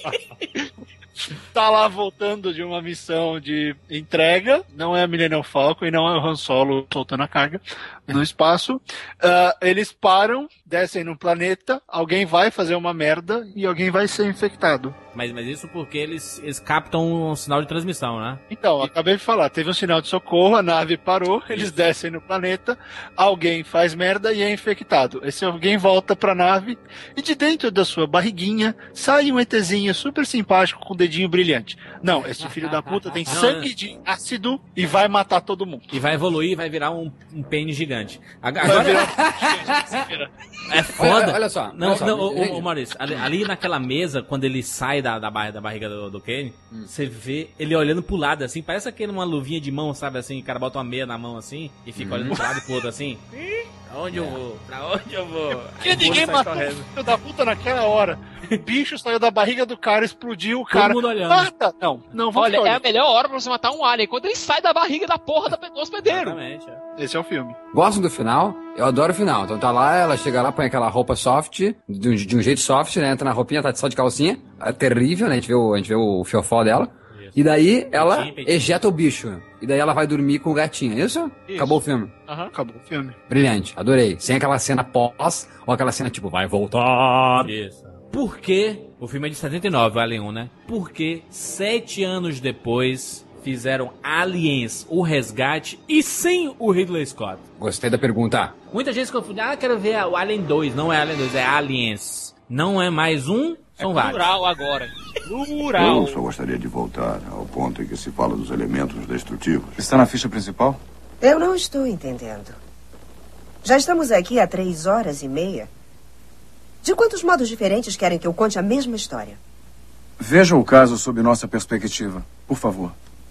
Tá lá voltando de uma missão de entrega. Não é a Millennium Falcon e não é o Han Solo soltando a carga no espaço. Uh, eles param, descem no planeta, alguém vai fazer uma merda e alguém vai ser infectado. Mas, mas isso porque eles, eles captam um sinal de transmissão, né? Então, acabei de falar, teve um sinal de socorro, a nave parou, eles descem no planeta, alguém faz merda e é infectado. Esse alguém volta pra nave e de dentro da sua barriguinha sai um ETzinho super simpático com o dedinho brilhante. Não, esse filho da puta tem sangue de ácido e vai matar todo mundo. E vai evoluir, vai virar um, um pênis gigante. Agora, Vai virar... é foda. Olha, olha só. Não, olha só, não, ô, gente. ô, ô, Maurício, ali, ali naquela mesa, quando ele sai da, da, barriga, da barriga do, do Kenny, Hum. você vê ele olhando pro lado, assim, parece aquele uma luvinha de mão, sabe, assim, o cara bota uma meia na mão, assim, e fica Hum. olhando pro lado e pro outro, assim. Pra onde eu vou? Pra onde eu vou? Porque Aí o ninguém outro sai matou o correndo. filho da puta naquela hora. O bicho saiu da barriga do cara, explodiu o cara. mundo olhando. Mata! Não, não, vamos Olha, ficar é a olhando. melhor hora pra você matar um alien, quando ele sai da barriga da porra da- do hospedeiro. Exatamente, é. Esse é o filme. Gostam do final? Eu adoro o final. Então tá lá, ela chega lá, põe aquela roupa soft, de um, de um jeito soft, né? Entra na roupinha, tá só de calcinha. É terrível, né? A gente vê o, a gente vê o fiofó dela. E daí ela Peitinho, peitinho. ejeta o bicho. E daí ela vai dormir com o gatinho. É isso? Isso. Acabou o filme. Aham. Acabou o filme. Brilhante. Adorei. Sem aquela cena pós, ou aquela cena tipo, vai voltar. Isso. Por que o filme é de setenta e nove, o Alien um, né? Porque sete anos depois fizeram Aliens, o Resgate, e sem o Ridley Scott. Gostei da pergunta. Muita gente confunde, ah, quero ver o Alien dois. Não é Alien dois, é Aliens. Não é mais um, são vários. Plural agora. Plural. Eu só gostaria de voltar ao ponto em que se fala dos elementos destrutivos. Está na ficha principal? Eu não estou entendendo. Já estamos aqui há três horas e meia. De quantos modos diferentes querem que eu conte a mesma história? Veja o caso sob nossa perspectiva, por favor.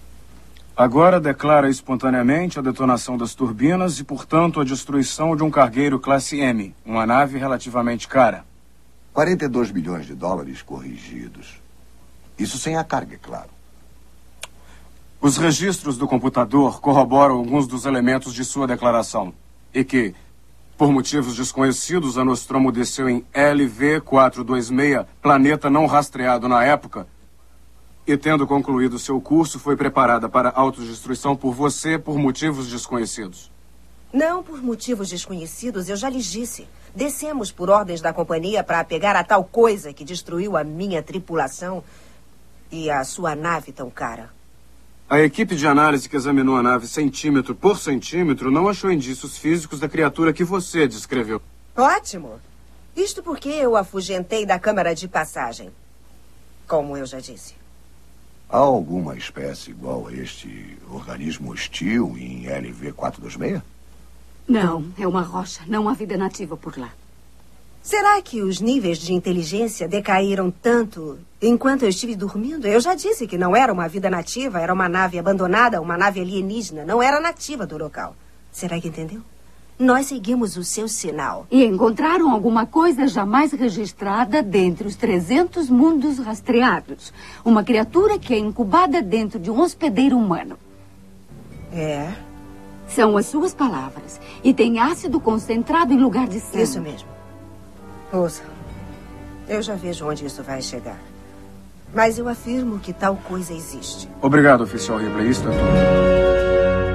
Agora declara espontaneamente a detonação das turbinas e, portanto, a destruição de um cargueiro classe M, uma nave relativamente cara. quarenta e dois bilhões de dólares corrigidos. Isso sem a carga, é claro. Os registros do computador corroboram alguns dos elementos de sua declaração. E que, por motivos desconhecidos, a Nostromo desceu em L V quatrocentos e vinte e seis, planeta não rastreado na época, e tendo concluído seu curso, foi preparada para autodestruição por você por motivos desconhecidos. Não por motivos desconhecidos, eu já lhes disse. Descemos por ordens da companhia para pegar a tal coisa que destruiu a minha tripulação e a sua nave tão cara. A equipe de análise que examinou a nave centímetro por centímetro não achou indícios físicos da criatura que você descreveu. Ótimo. Isto porque eu afugentei da câmara de passagem. Como eu já disse. Há alguma espécie igual a este organismo hostil em L V quatrocentos e vinte e seis? Não, é uma rocha. Não há vida nativa por lá. Será que os níveis de inteligência decaíram tanto enquanto eu estive dormindo? Eu já disse que não era uma vida nativa, era uma nave abandonada, uma nave alienígena. Não era nativa do local. Será que entendeu? Nós seguimos o seu sinal. E encontraram alguma coisa jamais registrada dentre os trezentos mundos rastreados. Uma criatura que é incubada dentro de um hospedeiro humano. É? São as suas palavras. E tem ácido concentrado em lugar de sangue. Isso mesmo. Ouça, eu já vejo onde isso vai chegar. Mas eu afirmo que tal coisa existe. Obrigado, oficial Ripley. Isso é tudo.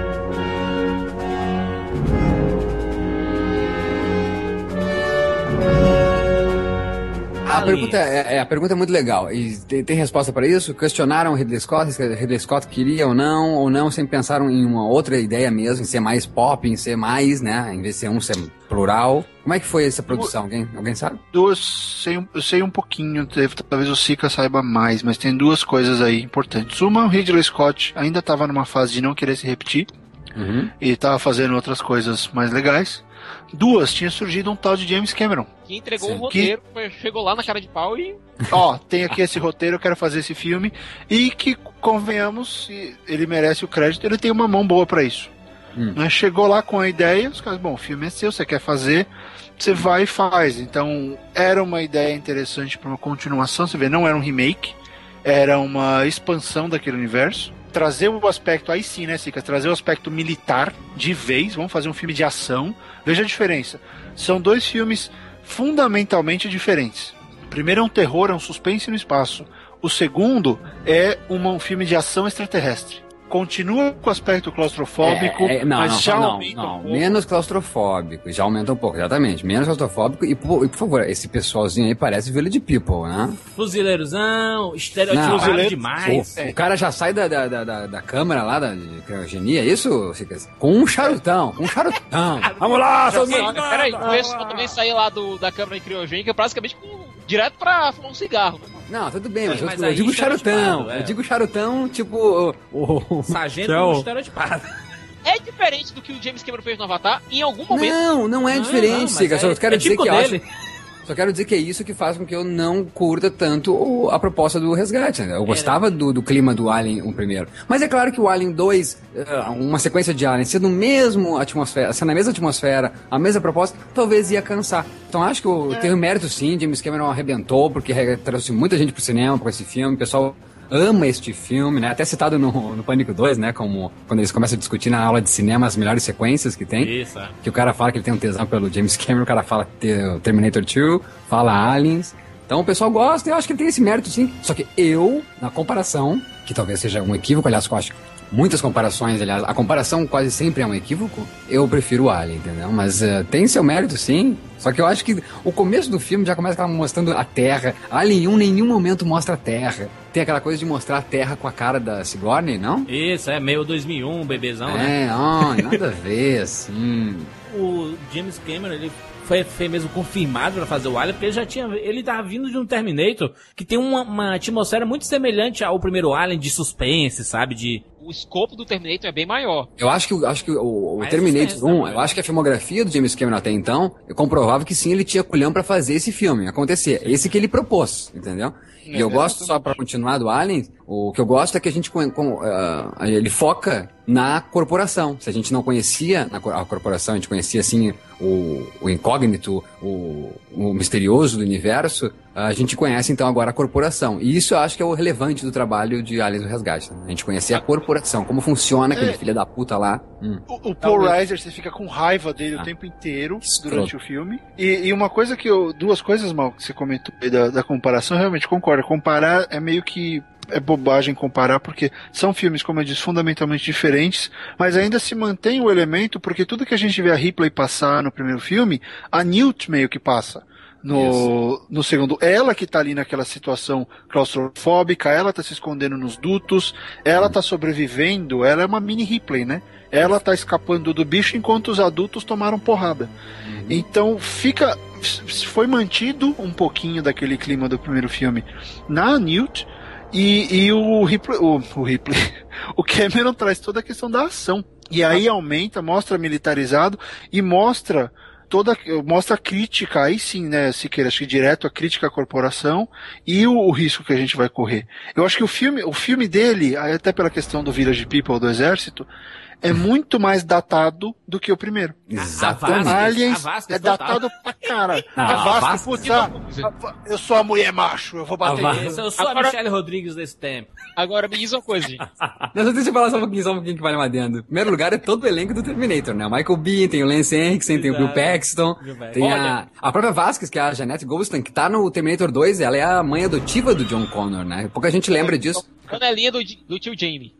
A pergunta, é, é, a pergunta é muito legal. E tem, tem resposta para isso? Questionaram o Ridley Scott, se Ridley Scott queria ou não, ou não, sempre pensaram em uma outra ideia mesmo, em ser mais pop, em ser mais, né, em vez de ser um, ser plural. Como é que foi essa produção? Alguém, alguém sabe? Duas, sei, eu sei um pouquinho, talvez o Sika saiba mais, mas tem duas coisas aí importantes. Uma, o Ridley Scott ainda estava numa fase de não querer se repetir, uhum. E estava fazendo outras coisas mais legais. Duas, tinha surgido um tal de James Cameron. Que entregou o um roteiro, que... chegou lá na cara de pau e... Ó, tem aqui esse roteiro, eu quero fazer esse filme. E que, convenhamos, ele merece o crédito, ele tem uma mão boa pra isso. Hum. Né? Chegou lá com a ideia, os caras, bom, o filme é seu, você quer fazer, você vai e faz. Então, era uma ideia interessante pra uma continuação, você vê, não era um remake, era uma expansão daquele universo. Trazer o aspecto, aí sim, né, Sica? Trazer o aspecto militar de vez, vamos fazer um filme de ação. Veja a diferença. São dois filmes fundamentalmente diferentes. O primeiro é um terror, é um suspense no espaço. O segundo é uma, um filme de ação extraterrestre. Continua com o aspecto claustrofóbico, é, é, não, mas não, já não, aumenta não, um pouco. Menos claustrofóbico, já aumenta um pouco, exatamente. Menos claustrofóbico e, por, e, por favor, esse pessoalzinho aí parece Village People, né? Fuzileirozão, estereotipado demais. O, o cara já sai da, da, da, da câmera lá, da de criogenia, é isso? Com um charutão, com um charutão. Vamos lá, seus meninos! Peraí, eu também saí lá do, da câmera criogênica praticamente com, direto pra fumar um cigarro. Não, tudo bem, mas, mas eu, eu digo charutão. É. Eu digo charutão, tipo... O, o, Sargento com estereotipado. É diferente do que o James Cameron fez no Avatar em algum momento. Não, não é não, diferente, Siga. É, só quero é dizer tipo que dele. eu acho... Só quero dizer que é isso que faz com que eu não curta tanto o, a proposta do Resgate. Né? Eu gostava do, do clima do Alien o primeiro. Mas é claro que o Alien dois, uma sequência de Alien, sendo mesmo atmosfera, sendo a mesma atmosfera, a mesma proposta, talvez ia cansar. Então acho que eu, é. Tem um mérito sim, James Cameron arrebentou, porque trouxe muita gente pro cinema com esse filme, o pessoal ama este filme, né? Até citado no, no Pânico dois, né? Como quando eles começam a discutir na aula de cinema as melhores sequências que tem. Isso. Que o cara fala que ele tem um tesão pelo James Cameron, o cara fala Terminator dois, fala Aliens. Então o pessoal gosta e eu acho que ele tem esse mérito sim. Só que eu, na comparação, que talvez seja um equívoco, aliás, eu acho muitas comparações, aliás, a comparação quase sempre é um equívoco, eu prefiro o Alien, entendeu? Mas uh, tem seu mérito sim. Só que eu acho que o começo do filme já começa mostrando a Terra. Alien um em nenhum momento mostra a Terra. Tem aquela coisa de mostrar a Terra com a cara da Sigourney, não? Isso, é meio dois mil e um, bebezão, é, né? É, oh, nada a ver, assim. O James Cameron, ele foi, foi mesmo confirmado para fazer o Alien, porque ele já tinha, ele tava vindo de um Terminator que tem uma, uma atmosfera muito semelhante ao primeiro Alien, de suspense, sabe? De... O escopo do Terminator é bem maior. Eu acho que, acho que o, o Terminator um, eu acho que a filmografia do James Cameron até então, eu comprovava que sim, ele tinha culhão pra fazer esse filme acontecer. Esse que ele propôs, entendeu? É, e eu gosto, só pra continuar do Alien, o que eu gosto é que a gente, com, com, uh, ele foca na corporação. Se a gente não conhecia a corporação, a gente conhecia assim o, o incógnito, o, o misterioso do universo, a gente conhece então agora a corporação. E isso eu acho que é o relevante do trabalho de Aliens do Resgate. Né? A gente conhecer a corporação, como funciona aquele é. filho da puta lá. Hum. O, o Paul Reiser, você fica com raiva dele ah. o tempo inteiro durante o filme. E, e uma coisa que eu... Duas coisas, Mal, que você comentou aí da, da comparação, eu realmente concordo. Comparar é meio que... É bobagem comparar, porque são filmes, como eu disse, fundamentalmente diferentes, mas ainda se mantém o elemento, porque tudo que a gente vê a Ripley passar no primeiro filme, a Newt meio que passa. No, no segundo, ela que tá ali naquela situação claustrofóbica, ela tá se escondendo nos dutos, ela tá sobrevivendo, ela é uma mini Ripley, né? Ela tá escapando do bicho enquanto os adultos tomaram porrada. Uhum. Então fica, foi mantido um pouquinho daquele clima do primeiro filme na Newt, E, e o Ripley, o, o Ripley, o Cameron traz toda a questão da ação. E aí aumenta, mostra militarizado e mostra toda, mostra a crítica, aí sim, né, Siqueira, acho que direto a crítica à corporação e o, o risco que a gente vai correr. Eu acho que o filme, o filme dele, até pela questão do Village People, do exército, é muito mais datado do que o primeiro. Exatamente. Aliens é datado pra caralho. A Vasco, putz, ah, eu sou a mulher macho, eu vou bater nele. Eu sou a Agora... Michelle Rodrigues desse tempo. Agora me diz uma coisa, gente. Deixa eu falar só um pouquinho, só um pouquinho que vale mais dentro. Em primeiro lugar é todo o elenco do Terminator, né? O Michael Biehn, tem o Lance Henriksen, tem o Bill Paxton, tem a, a própria Vasquez, que é a Jeanette Goldstein, que tá no Terminator dois, ela é a mãe adotiva do John Connor, né? Pouca gente lembra disso. Panelinha do, do tio Jamie.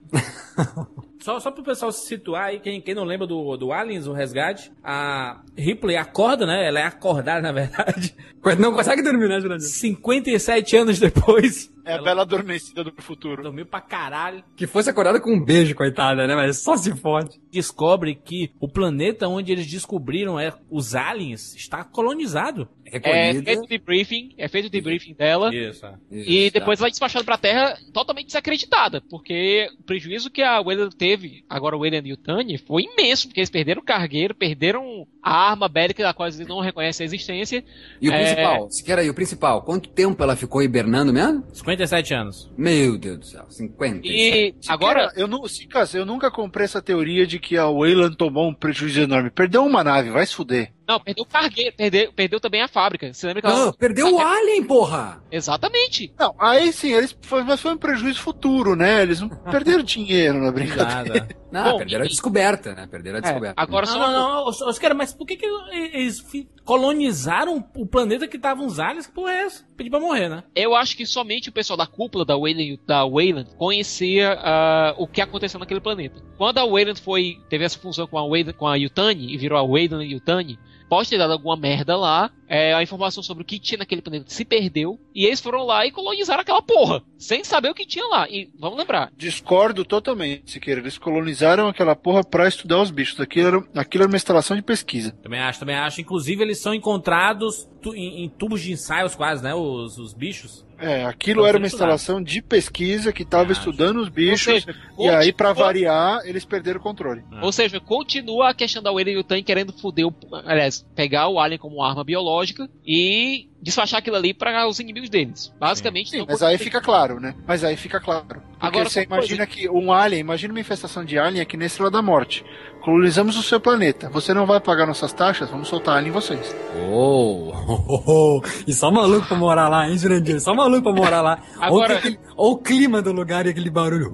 Só, só pro pessoal se situar aí, quem, quem não lembra do, do Aliens, o Resgate, a Ripley acorda, né? Ela é acordada, na verdade. Não consegue dormir, né, Jurandir? cinquenta e sete anos depois. É a bela adormecida do futuro. Dormiu pra caralho. Que fosse acordada com um beijo, coitada, né? Mas só se fode. Descobre que o planeta onde eles descobriram é os aliens está colonizado. É feito o debriefing, é feito o debriefing dela. Isso, é. E Isso, depois tá. ela é despachada pra Terra totalmente desacreditada, porque o prejuízo que a Weyland teve, agora o Weyland e o Tani, foi imenso, porque eles perderam o cargueiro, perderam a arma bélica da qual eles não reconhecem a existência. E o é... principal, se quer aí, o principal, quanto tempo ela ficou hibernando mesmo? cinquenta e sete anos. Meu Deus do céu, cinquenta e sete. E agora... eu, não, Cicas, eu nunca comprei essa teoria de que a Weyland tomou um prejuízo enorme. Perdeu uma nave, vai se fuder. Não, perdeu o cargueiro, perdeu, perdeu também a fábrica. Você lembra que ela... Não, perdeu o Alien, porra! Exatamente. Não, aí sim, eles foi, mas foi um prejuízo futuro, né? Eles não perderam dinheiro na brincadeira. Não, Bom, perderam e... a descoberta, né? Perderam a descoberta. É, agora não, só... não, não, não, Oscar, mas por que, que eles colonizaram o planeta que estavam os aliens? Que porra é essa? Pedi pra morrer, né? Eu acho que somente o pessoal da cúpula da Weyland, da Weyland conhecia uh, o que aconteceu naquele planeta. Quando a Weyland foi, teve essa função com a Weyland, com a Yutani, e virou a Weyland e Yutani, pode ter dado alguma merda lá, é, a informação sobre o que tinha naquele planeta se perdeu, e eles foram lá e colonizaram aquela porra, sem saber o que tinha lá. E vamos lembrar. Discordo totalmente, Siqueira. Eles colonizaram aquela porra pra estudar os bichos. Aquilo era, aquilo era uma instalação de pesquisa. Também acho, também acho. Inclusive, eles são encontrados tu, em, em tubos de ensaios quase, né? Os, os bichos. É, aquilo era uma instalação de pesquisa que estava estudando os bichos, seja, e aí, pra variar, eles perderam o controle. Ah. Ou seja, continua a questão da Weyland e o Tan querendo foder, o, aliás, pegar o alien como arma biológica e despachar aquilo ali para os inimigos deles. Basicamente. Sim, mas aí fica claro, né? Mas aí fica claro. Porque Agora, você imagina coisa... que um alien, imagina uma infestação de alien aqui nesse lado da morte. Colonizamos o seu planeta. Você não vai pagar nossas taxas? Vamos soltar alien em vocês. Oh, oh, oh. E só maluco pra morar lá, hein, Jurandir? Só maluco pra morar lá. Agora... Olha aquele... o clima do lugar e aquele barulho.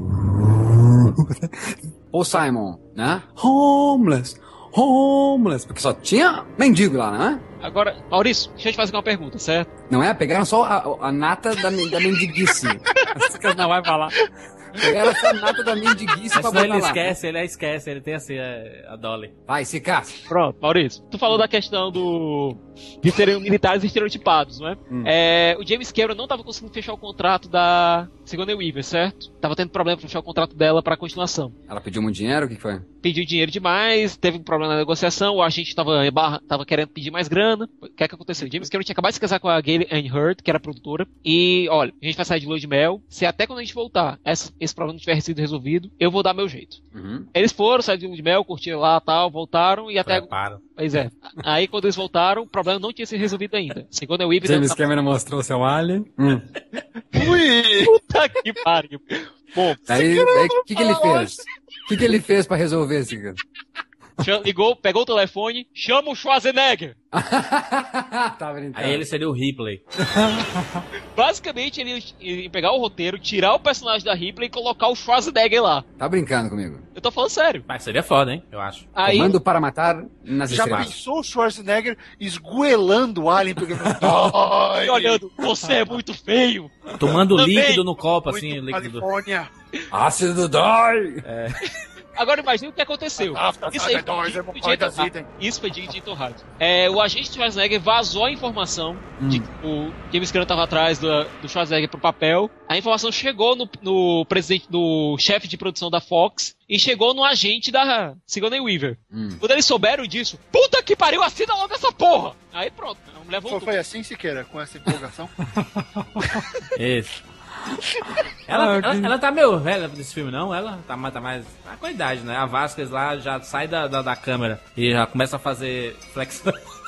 Ô Simon, né? Homeless. Homeless. Porque só tinha mendigo lá, né? Agora, Maurício, deixa eu te fazer uma pergunta, certo? Não é? Pegaram só a, a nata da, da mendiguice. Não vai falar. Pegaram só a nata da mendiguice pra botar ele lá. Esquece, ele esquece, ele tem assim a, a Dolly. Vai, se caça. Pronto, Maurício, tu falou da questão do... de serem militares estereotipados, não é? Hum. é? O James Cameron não tava conseguindo fechar o contrato da Sigourney Weaver, certo? Tava tendo problema pra fechar o contrato dela pra continuação. Ela pediu muito dinheiro? O que foi? Pediu dinheiro demais, teve um problema na negociação, o agente tava, tava querendo pedir mais grana. O que é que aconteceu? O James Cameron tinha acabado de se casar com a Gayle Ann Hurd, que era a produtora, e, olha, a gente vai sair de lua de mel, se até quando a gente voltar essa, esse problema não tiver sido resolvido, eu vou dar meu jeito. Uhum. Eles foram, saíram de lua de mel, curtiram lá e tal, voltaram, e até... Preparo. Pois é. Aí, quando eles voltaram, o problema não tinha sido resolvido ainda. Segundo a Weaver... James Cameron mostrou seu alien. Hum. Ui! Puta que pariu. Bom, aí, o que que ele fez? O que que ele fez pra resolver esse cara? Ligou, pegou o telefone, chama o Schwarzenegger. Tá brincando. Aí ele seria o Ripley. Basicamente, ele ia pegar o roteiro, tirar o personagem da Ripley e colocar o Schwarzenegger lá. Tá brincando comigo? Eu tô falando sério. Mas seria foda, hein? Eu acho. Aí... Comando para matar nas Já estrelas. pensou o Schwarzenegger esgoelando o alien? Porque... e olhando, você é muito feio. Tomando Também. líquido no copo, assim, líquido. Califórnia. Ácido dói. É. Agora imagine o que aconteceu. Isso, aí, isso foi de Tom Hardy. É, o agente Schwarzenegger vazou a informação hum. de que o James Cameron estava atrás do, do Schwarzenegger pro papel. A informação chegou no, no presidente, no chefe de produção da Fox e chegou no agente da Sigourney Weaver. Hum. Quando eles souberam disso, puta que pariu, assina logo essa porra! Aí pronto, a mulher voltou. Foi assim, Siqueira, com essa empolgação? Isso. Ela, ela, ela tá meio velha nesse filme, não? Ela tá, tá mais... Tá com a idade, né? A Vasquez lá já sai da, da, da câmera e já começa a fazer flexão.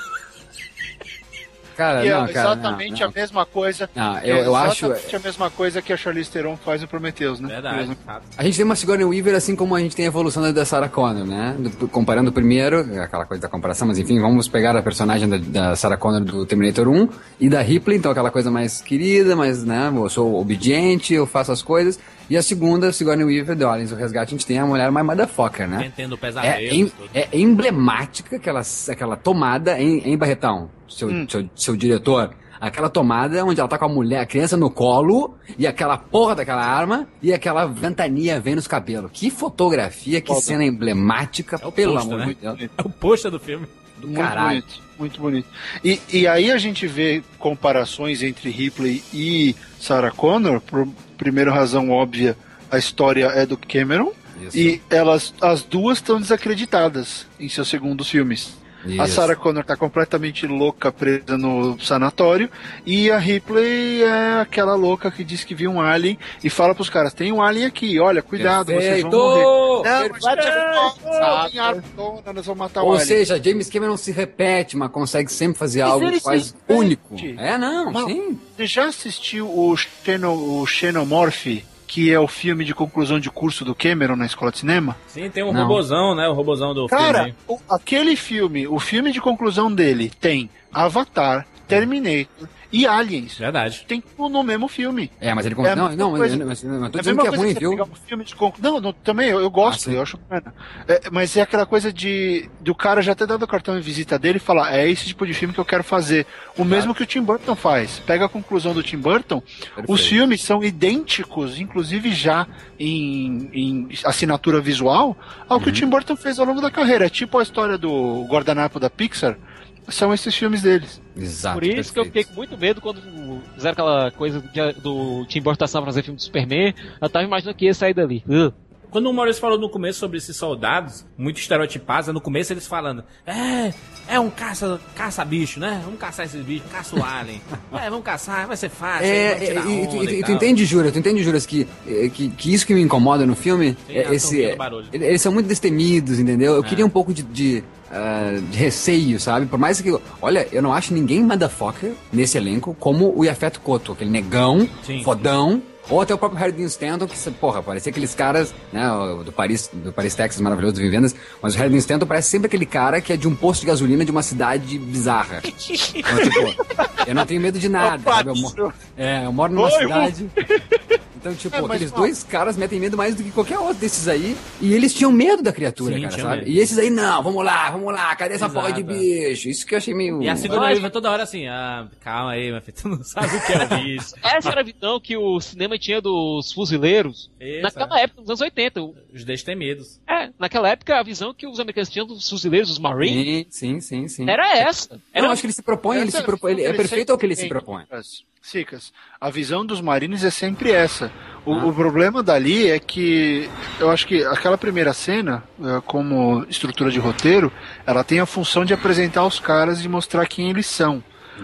Cara, E não, é cara, exatamente não, não. a mesma coisa. Não, eu, eu- eu acho- Exatamente a mesma coisa que a Charlize Theron faz no Prometheus, né? Verdade, Por A exemplo. gente tem uma Sigourney Weaver assim como a gente tem a evolução da Sarah Connor, né? Do- Comparando o primeiro, aquela coisa da comparação, mas enfim, vamos pegar a personagem da, da Sarah Connor do Terminator um e da Ripley, então aquela coisa mais querida, mais, né? Eu sou obediente, eu faço as coisas. E a segunda, Sigourney Weaver, do Aliens, o Resgate, a gente tem a mulher mais motherfucker, né? Entendo o É, pesadelo. em- é emblemática aquela, aquela tomada em, em Barretão, seu, Hum. seu, seu diretor. Aquela tomada onde ela tá com a mulher, a criança no colo, e aquela porra daquela arma, e aquela ventania vem nos cabelos. Que fotografia, que Foda. cena emblemática, pelo pôster, amor né? de Deus. É o pôster do filme. Do Muito caralho. bonito, muito bonito. E, e aí a gente vê comparações entre Ripley e Sarah Connor, por primeira razão óbvia, a história é do Cameron, Isso. e elas, as duas estão desacreditadas em seus segundos filmes. A Isso. Sarah Connor tá completamente louca, presa no sanatório, e a Ripley é aquela louca que diz que viu um alien e fala pros caras, tem um alien aqui, olha, cuidado, vocês vão morrer. Não, mas vai te Exato. tem arma, nós vamos matar o Ou alien. seja, James Cameron se repete, mas consegue sempre fazer algo ele se quase repete. único. É, não, Mas sim. Você já assistiu o, Xeno, o Xenomorph, que é o filme de conclusão de curso do Cameron na escola de cinema? Sim, tem um Não. robozão, né? O robozão do Cara, filme. o- aquele filme, o filme de conclusão dele tem Avatar, Terminator e Aliens. Verdade. Tem tudo no mesmo filme. É, mas ele... É a não, mesma não, mas, coisa. mas, mas, mas tô É a dizendo mesma que é coisa ruim, você viu? pegar um filme de conclu- Não, não, também eu, eu gosto, Ah, sim. eu acho bacana. É, mas é aquela coisa de do cara já ter dado o cartão de visita dele e falar, é esse tipo de filme que eu quero fazer. O mesmo que o Tim Burton faz. Pega a conclusão do Tim Burton, os filmes são idênticos, inclusive já em, em assinatura visual, ao que o Tim Burton fez ao longo da carreira. É tipo a história do guardanapo da Pixar. São esses filmes deles. Exato. Por isso que eu fiquei com muito medo quando fizeram aquela coisa do, do Tim Burton pra fazer filme do Superman. Eu tava imaginando que ia sair dali. Uh. Quando o Maurício falou no começo sobre esses soldados, muito estereotipados, no começo eles falando, é, é um caça, caça-bicho, né? Vamos caçar esses bichos, caça o alien. É, vamos caçar, vai ser fácil. É, vai tirar é, e, onda tu, e e tu tal. entende, Jura, tu entende, Juras, que, eh, que, que isso que me incomoda no filme, Tem é razão, esse, pelo é, barulho. eles eles são muito destemidos, entendeu? Eu É. queria um pouco de, de, ah, de receio, sabe? Por mais que, olha, eu não acho ninguém motherfucker nesse elenco como o Yafet Koto, aquele negão, Sim. fodão, ou até o próprio Harry Dean Stanton, que, porra, parecia aqueles caras, né, o do Paris, do Paris, Texas, maravilhoso, do Vivendas, mas o Harry Dean Stanton parece sempre aquele cara que é de um posto de gasolina de uma cidade bizarra. Então, tipo, eu não tenho medo de nada, sabe? Eu, mo- é, eu moro numa Oi, cidade... Então, tipo, É, mas, aqueles ó. dois caras metem medo mais do que qualquer outro desses aí. E eles tinham medo da criatura, Sim, cara, tinham sabe? medo. E esses aí, não, vamos lá, vamos lá, cadê essa Exato, porra de é. bicho? Isso que eu achei meio... E a segunda Viva toda hora assim, ah, calma aí, meu filho, tu não sabe o que é o bicho. Essa era a visão que o cinema tinha dos fuzileiros Isso, naquela é. época, nos anos oitenta. Os destemidos. É, naquela época a visão que os americanos tinham dos fuzileiros, dos Marines, Sim, sim, sim, sim. era essa. Era Eu acho que ele se propõe, ele se propõe, ele é perfeito ao que ele se propõe. Cicas, a visão dos Marines é sempre essa. O, o problema dali é que eu acho que aquela primeira cena, eh, como estrutura de roteiro, ela tem a função de apresentar os caras e mostrar quem eles são.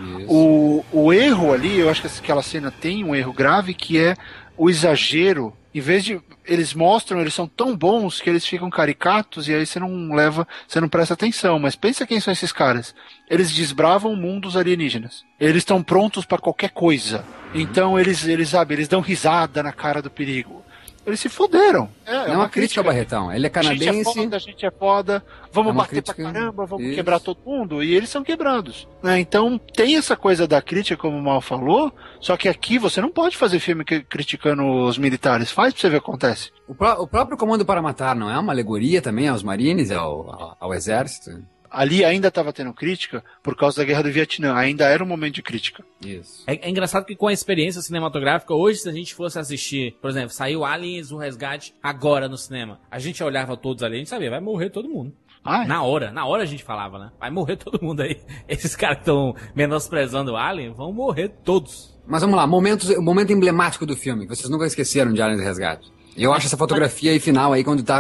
O, o erro ali, eu acho que aquela cena tem um erro grave, que é o exagero. Em vez de eles mostram, eles são tão bons que eles ficam caricatos e aí você não leva, você não presta atenção. Mas pensa quem são esses caras. Eles desbravam mundos alienígenas. Eles estão prontos para qualquer coisa. Então eles, eles, sabe, eles dão risada na cara do perigo. Eles se foderam. É, É uma crítica ao Barretão. Ele é A gente é canadense. foda, a gente é foda, vamos É uma bater crítica- pra caramba, vamos Isso. quebrar todo mundo, e eles são quebrados. Né? Então tem essa coisa da crítica, como o Mal falou, só que aqui você não pode fazer filme cri- criticando os militares, faz pra você ver o que acontece. O, pró- o próprio Comando para Matar não é uma alegoria também aos marines, ao, ao, ao exército? Ali ainda estava tendo crítica por causa da guerra do Vietnã, ainda era um momento de crítica. Isso. É, é engraçado que com a experiência cinematográfica, hoje, se a gente fosse assistir, por exemplo, saiu Aliens, o Resgate, agora no cinema, a gente olhava todos ali, a gente sabia, vai morrer todo mundo. Ah, é? Na hora, na hora a gente falava, né? Vai morrer todo mundo aí. Esses caras que estão menosprezando o Alien, vão morrer todos. Mas vamos lá, momentos, o momento emblemático do filme, que vocês nunca esqueceram de Aliens e Resgate. Eu acho essa fotografia aí final aí, quando tá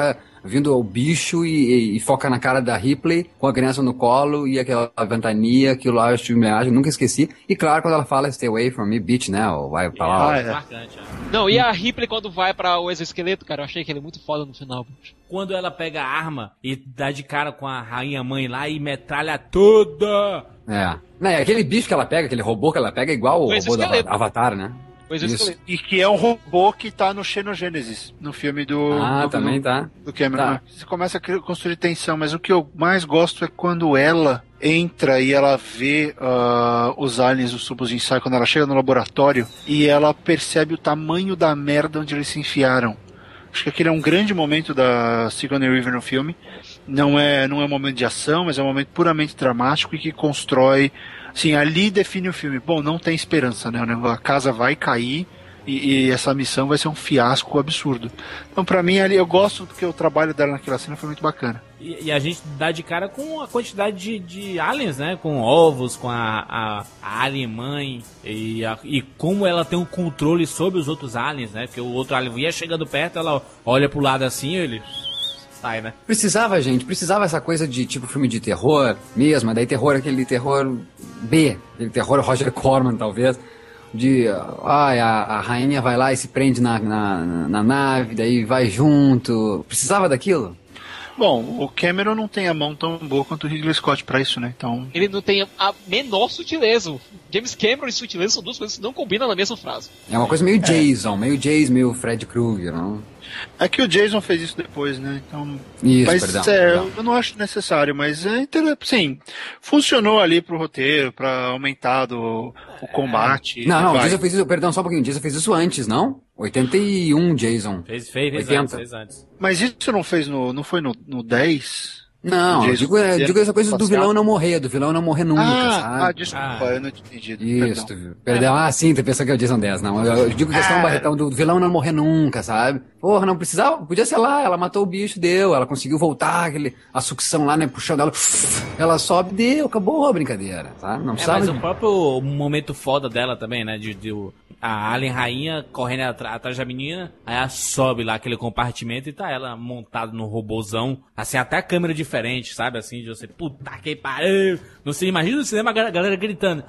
vindo o bicho e, e, e foca na cara da Ripley com a criança no colo e aquela ventania, aquilo lá eu estive homenagem, nunca esqueci. E claro, quando ela fala stay away from me, bitch, né? Ou vai pra lá. É, é. Marcante, é. Não, e a Ripley quando vai pra o exoesqueleto, cara, eu achei que ele é muito foda no final. Quando ela pega a arma e dá de cara com a rainha mãe lá e metralha toda. É. Não, é aquele bicho que ela pega, aquele robô que ela pega é igual o robô do Avatar, né? Isso. E que é um robô que tá no Xenogênesis, no filme do... Ah, do, também do, tá. Do Cameron. Tá. Você começa a construir tensão, mas o que eu mais gosto é quando ela entra e ela vê uh, os aliens, os tubos de ensaio, quando ela chega no laboratório e ela percebe o tamanho da merda onde eles se enfiaram. Acho que aquele é um grande momento da Sigourney Weaver no filme. Não é, não é um momento de ação, mas é um momento puramente dramático e que constrói... Sim, ali define o filme. Bom, não tem esperança, né? A casa vai cair e, e essa missão vai ser um fiasco absurdo. Então, pra mim, ali eu gosto porque o trabalho dela naquela cena foi muito bacana. E, e a gente dá de cara com a quantidade de, de aliens, né? Com ovos, com a, a, a alien mãe e, a, e como ela tem um controle sobre os outros aliens, né? Porque o outro alien ia chegando perto, ela olha pro lado assim e ele... sai, né? Precisava, gente, precisava essa coisa de tipo filme de terror mesmo, daí terror, aquele terror B, aquele terror Roger Corman, talvez, de, ai, a, a rainha vai lá e se prende na, na, na nave, daí vai junto, precisava daquilo? Bom, o Cameron não tem a mão tão boa quanto o Ridley Scott pra isso, né? Então... Ele não tem a menor sutileza. James Cameron e sutileza são duas coisas que não combinam na mesma frase. É uma coisa meio Jason, é. meio Jason, meio Fred Krueger, não? É que o Jason fez isso depois, né? Então, isso, mas perdão, é, perdão. eu não acho necessário, mas é sim, funcionou ali pro roteiro, pra aumentar do, o combate. Não, não, o Jason fez isso, perdão, só um pouquinho, o Jason fez isso antes, não? oitenta e um, Jason. Fez, fez, fez oitenta. antes, fez antes. Mas isso não fez no, não foi no, no dez? Não, eu digo, eu digo essa coisa do vilão não morrer, do vilão não morrer nunca, ah, sabe? Ah, desculpa, ah. eu não entendi. Isso, perdão. perdão. Ah, sim, tu pensa que é o Jason dez, não. Eu, eu digo questão ah. barretão do vilão não morrer nunca, sabe? Porra, não precisava, podia ser lá, ela matou o bicho, deu, ela conseguiu voltar, aquele, a sucção lá, né, puxando ela, ela sobe, deu, acabou a brincadeira, sabe? Não precisava. É, mas o próprio momento foda dela também, né, de, de a alien rainha correndo atrás da menina, aí ela sobe lá aquele compartimento e tá ela montada no robôzão, assim, até a câmera diferente, sabe, assim, de você, puta que pariu, não se imagina no cinema a galera gritando.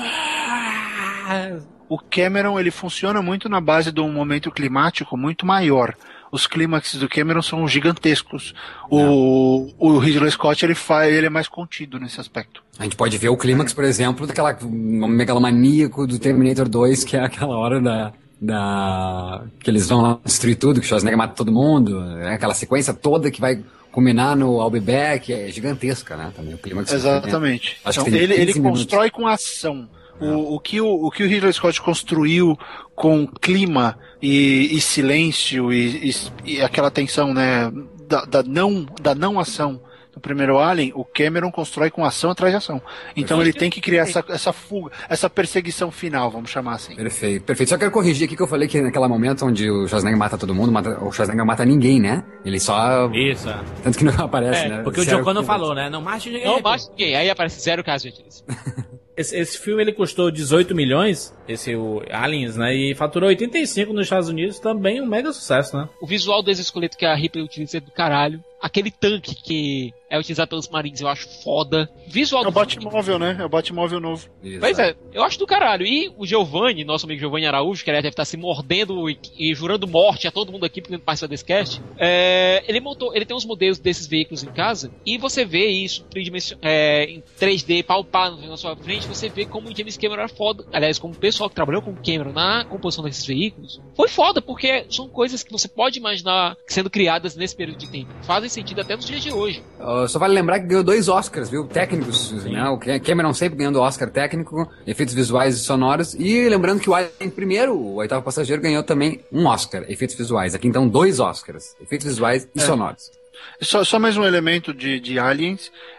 O Cameron, ele funciona muito na base de um momento climático muito maior. Os clímaxes do Cameron são gigantescos. O, o Ridley Scott, ele, faz, ele é mais contido nesse aspecto. A gente pode ver o clímax, por exemplo, daquela megalomaníaco do Terminator dois, que é aquela hora da... da que eles vão lá destruir tudo, que o Schwarzenegger mata todo mundo, né? Aquela sequência toda que vai culminar no I'll Be Back, é gigantesca, né? Também o clímax. Exatamente. Acho então, que ele ele constrói com ação. O, o, que o, o que o Ridley Scott construiu com clima e, e silêncio e, e, e aquela tensão, né, da, da, não, da não ação do primeiro Alien, o Cameron constrói com ação atrás de ação. Então ele tem que criar essa, essa fuga, essa perseguição final, vamos chamar assim. Perfeito, perfeito. Só quero corrigir aqui que eu falei que naquele momento onde o Schwarzenegger mata todo mundo, mata, o Schwarzenegger mata ninguém, né? Ele só... Isso. Tanto que não aparece, é, né? Porque Zero o John Connor falou, né? Não mate ninguém. Não mate ninguém. Aí aparece zero caso de Esse, esse filme ele custou dezoito milhões, esse o Aliens, né? E faturou oitenta e cinco nos Estados Unidos, também um mega sucesso, né? O visual do exoesqueleto que a Ripley utiliza é do caralho. Aquele tanque que é utilizado pelos Marines eu acho foda. Visual é o Batmóvel, né? É o Batmóvel novo. Isso. Pois é, eu acho do caralho. E o Giovanni, nosso amigo Giovanni Araújo, que ele deve estar se mordendo e, e jurando morte a todo mundo aqui porque não participa desse cast, é, ele montou, ele tem uns modelos desses veículos em casa e você vê isso é, em três D, palpado na sua frente, você vê como o James Cameron era foda. Aliás, como o pessoal que trabalhou com o Cameron na composição desses veículos foi foda, porque são coisas que você pode imaginar sendo criadas nesse período de tempo. Fazem sentido até nos dias de hoje. Uh, só vale lembrar que ganhou dois Oscars, viu? Técnicos, né? O Cameron sempre ganhando Oscar técnico, efeitos visuais e sonoros. E lembrando que o Alien primeiro, o Oitavo Passageiro, ganhou também um Oscar, efeitos visuais. Aqui então dois Oscars, efeitos visuais e é. sonoros. Só, só mais um elemento de, de Aliens,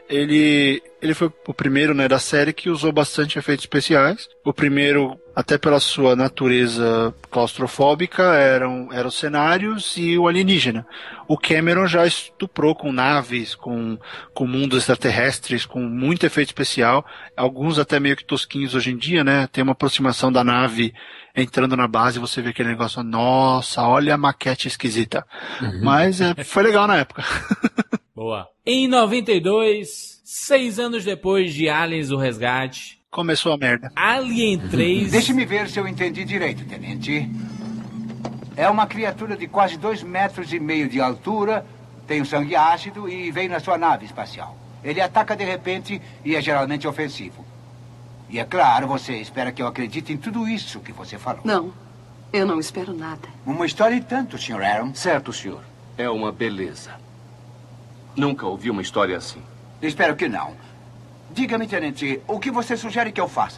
ele, ele foi o primeiro, né, da série que usou bastante efeitos especiais. O primeiro, até pela sua natureza claustrofóbica, eram, eram os cenários e o alienígena. O Cameron já estuprou com naves, com, com mundos extraterrestres, com muito efeito especial, alguns até meio que tosquinhos hoje em dia, né? Tem uma aproximação da nave entrando na base, você vê aquele negócio, nossa, olha a maquete esquisita. Uhum. Mas é, foi legal na época. Boa. Em noventa e dois, seis anos depois de Aliens, o Resgate, começou a merda. Alien três... Deixe-me ver se eu entendi direito, tenente. É uma criatura de quase dois metros e meio de altura, tem o sangue ácido e vem na sua nave espacial. Ele ataca de repente e é geralmente ofensivo. E é claro, você espera que eu acredite em tudo isso que você falou. Não, eu não espero nada. Uma história e tanto, senhor Aaron. Certo, senhor. É uma beleza. Nunca ouvi uma história assim. Espero que não. Diga-me, tenente, o que você sugere que eu faça?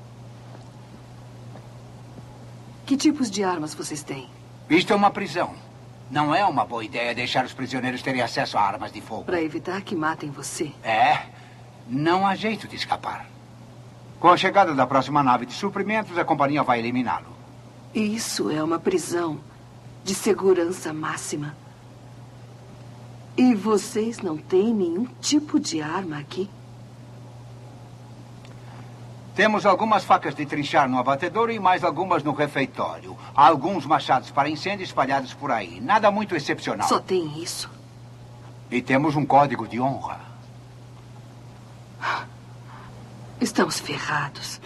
Que tipos de armas vocês têm? Isto é uma prisão. Não é uma boa ideia deixar os prisioneiros terem acesso a armas de fogo. Para evitar que matem você. É. Não há jeito de escapar. Com a chegada da próxima nave de suprimentos, a companhia vai eliminá-lo. Isso é uma prisão de segurança máxima. E vocês não têm nenhum tipo de arma aqui? Temos algumas facas de trinchar no abatedouro e mais algumas no refeitório. Há alguns machados para incêndio espalhados por aí. Nada muito excepcional. Só tem isso? E temos um código de honra. Estamos ferrados.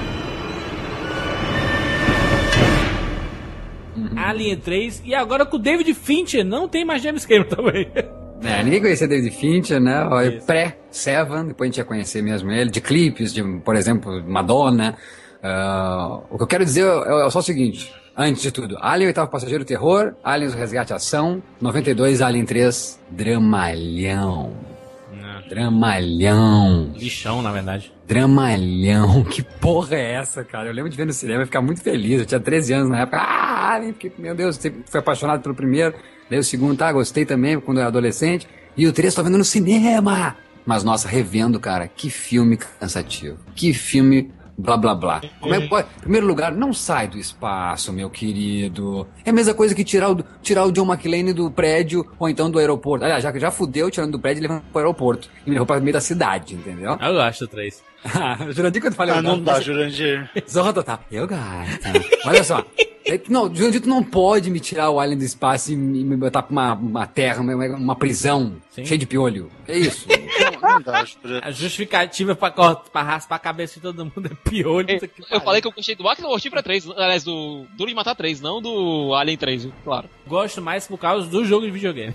Uhum. Alien três, e agora com o David Fincher, não tem mais James Cameron também. É, ninguém conhecia David Fincher, né? Pré-Seven, depois a gente ia conhecer mesmo ele, de clipes, de, por exemplo, Madonna. Uh, o que eu quero dizer é, é só o seguinte, antes de tudo, Alien Oitavo Passageiro, terror, Aliens, o Resgate, ação, noventa e dois, Alien três, dramalhão. Não. Dramalhão. Lixão, na verdade. Dramalhão, que porra é essa, cara? Eu lembro de ver no cinema e ficar muito feliz, eu tinha treze anos na época, ah, Alien, porque, meu Deus, sempre fui apaixonado pelo primeiro. Daí o segundo, tá, gostei também quando eu era adolescente. E o três tô vendo no cinema. Mas, nossa, revendo, cara, que filme cansativo. Que filme blá, blá, blá. Como é que pode? Em primeiro lugar, não sai do espaço, meu querido. É a mesma coisa que tirar o, tirar o John McClane do prédio ou então do aeroporto. Aliás, já, já fudeu tirando do prédio e levando pro aeroporto. E me levou pra meio da cidade, entendeu? Eu gosto do três. Jurandir, quando eu falei... Ah, não dá, Jurandir. Zorra total. Eu gosto. Olha só. Não, Jurandir, tu não pode me tirar o Alien do espaço e me botar pra uma, uma terra, uma, uma prisão. Sim. Cheia de piolho. É isso. Não, não dá, a justificativa pra, pra raspar a cabeça de todo mundo é piolho. Eu, eu falei que eu gostei do Máquina Mortífera três, aliás, do Duro de Matar três, não do Alien três, claro. Gosto mais por causa do jogo de videogame.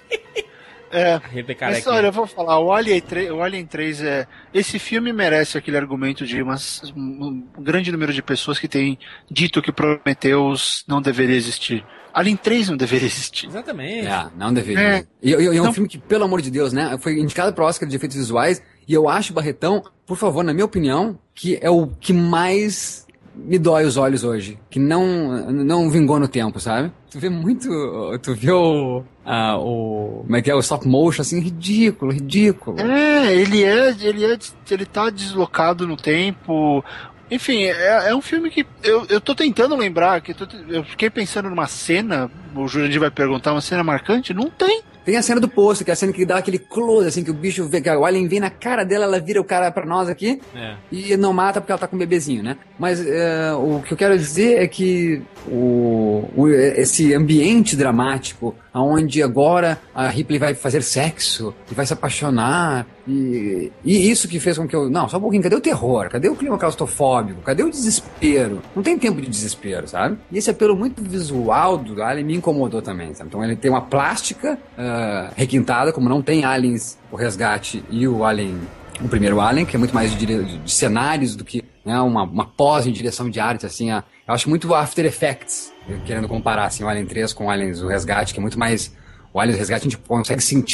É, mas olha, eu vou falar, o Alien três, o Alien três é... Esse filme merece aquele argumento de umas, um, um grande número de pessoas que têm dito que Prometheus não deveria existir. Alien três não deveria existir. Exatamente. É, não deveria. É, e, e, e é um não... filme que, pelo amor de Deus, né, foi indicado para o Oscar de efeitos visuais, e eu acho, Barretão, por favor, na minha opinião, que é o que mais me dói os olhos hoje, que não, não vingou no tempo, sabe? Tu vê muito, tu vê o, uh, o, como é que é, o stop motion, assim, ridículo, ridículo. É, ele é, ele é, ele tá deslocado no tempo, enfim, é, é um filme que eu, eu tô tentando lembrar, que eu, tô, eu fiquei pensando numa cena, o Jurandir vai perguntar, uma cena marcante, não tem. Tem a cena do poço, que é a cena que dá aquele close, assim, que o bicho vê, que o alien vem na cara dela, ela vira o cara pra nós aqui, é. E não mata porque ela tá com um bebezinho, né? Mas uh, o que eu quero dizer é que o, o, esse ambiente dramático, onde agora a Ripley vai fazer sexo, e vai se apaixonar, e, e isso que fez com que eu... Não, só um pouquinho, cadê o terror? Cadê o clima claustrofóbico? Cadê o desespero? Não tem tempo de desespero, sabe? E esse apelo muito visual do Alien me incomodou também, sabe? Então ele tem uma plástica... Uh, requintada, como não tem Aliens, o Resgate e o Alien, o primeiro Alien, que é muito mais de, de, de cenários do que, né, uma, uma pós em direção de arte, assim, a, eu acho muito After Effects, querendo comparar, assim, o Alien três com o Aliens, o Resgate, que é muito mais, o Aliens, o Resgate a gente consegue sentir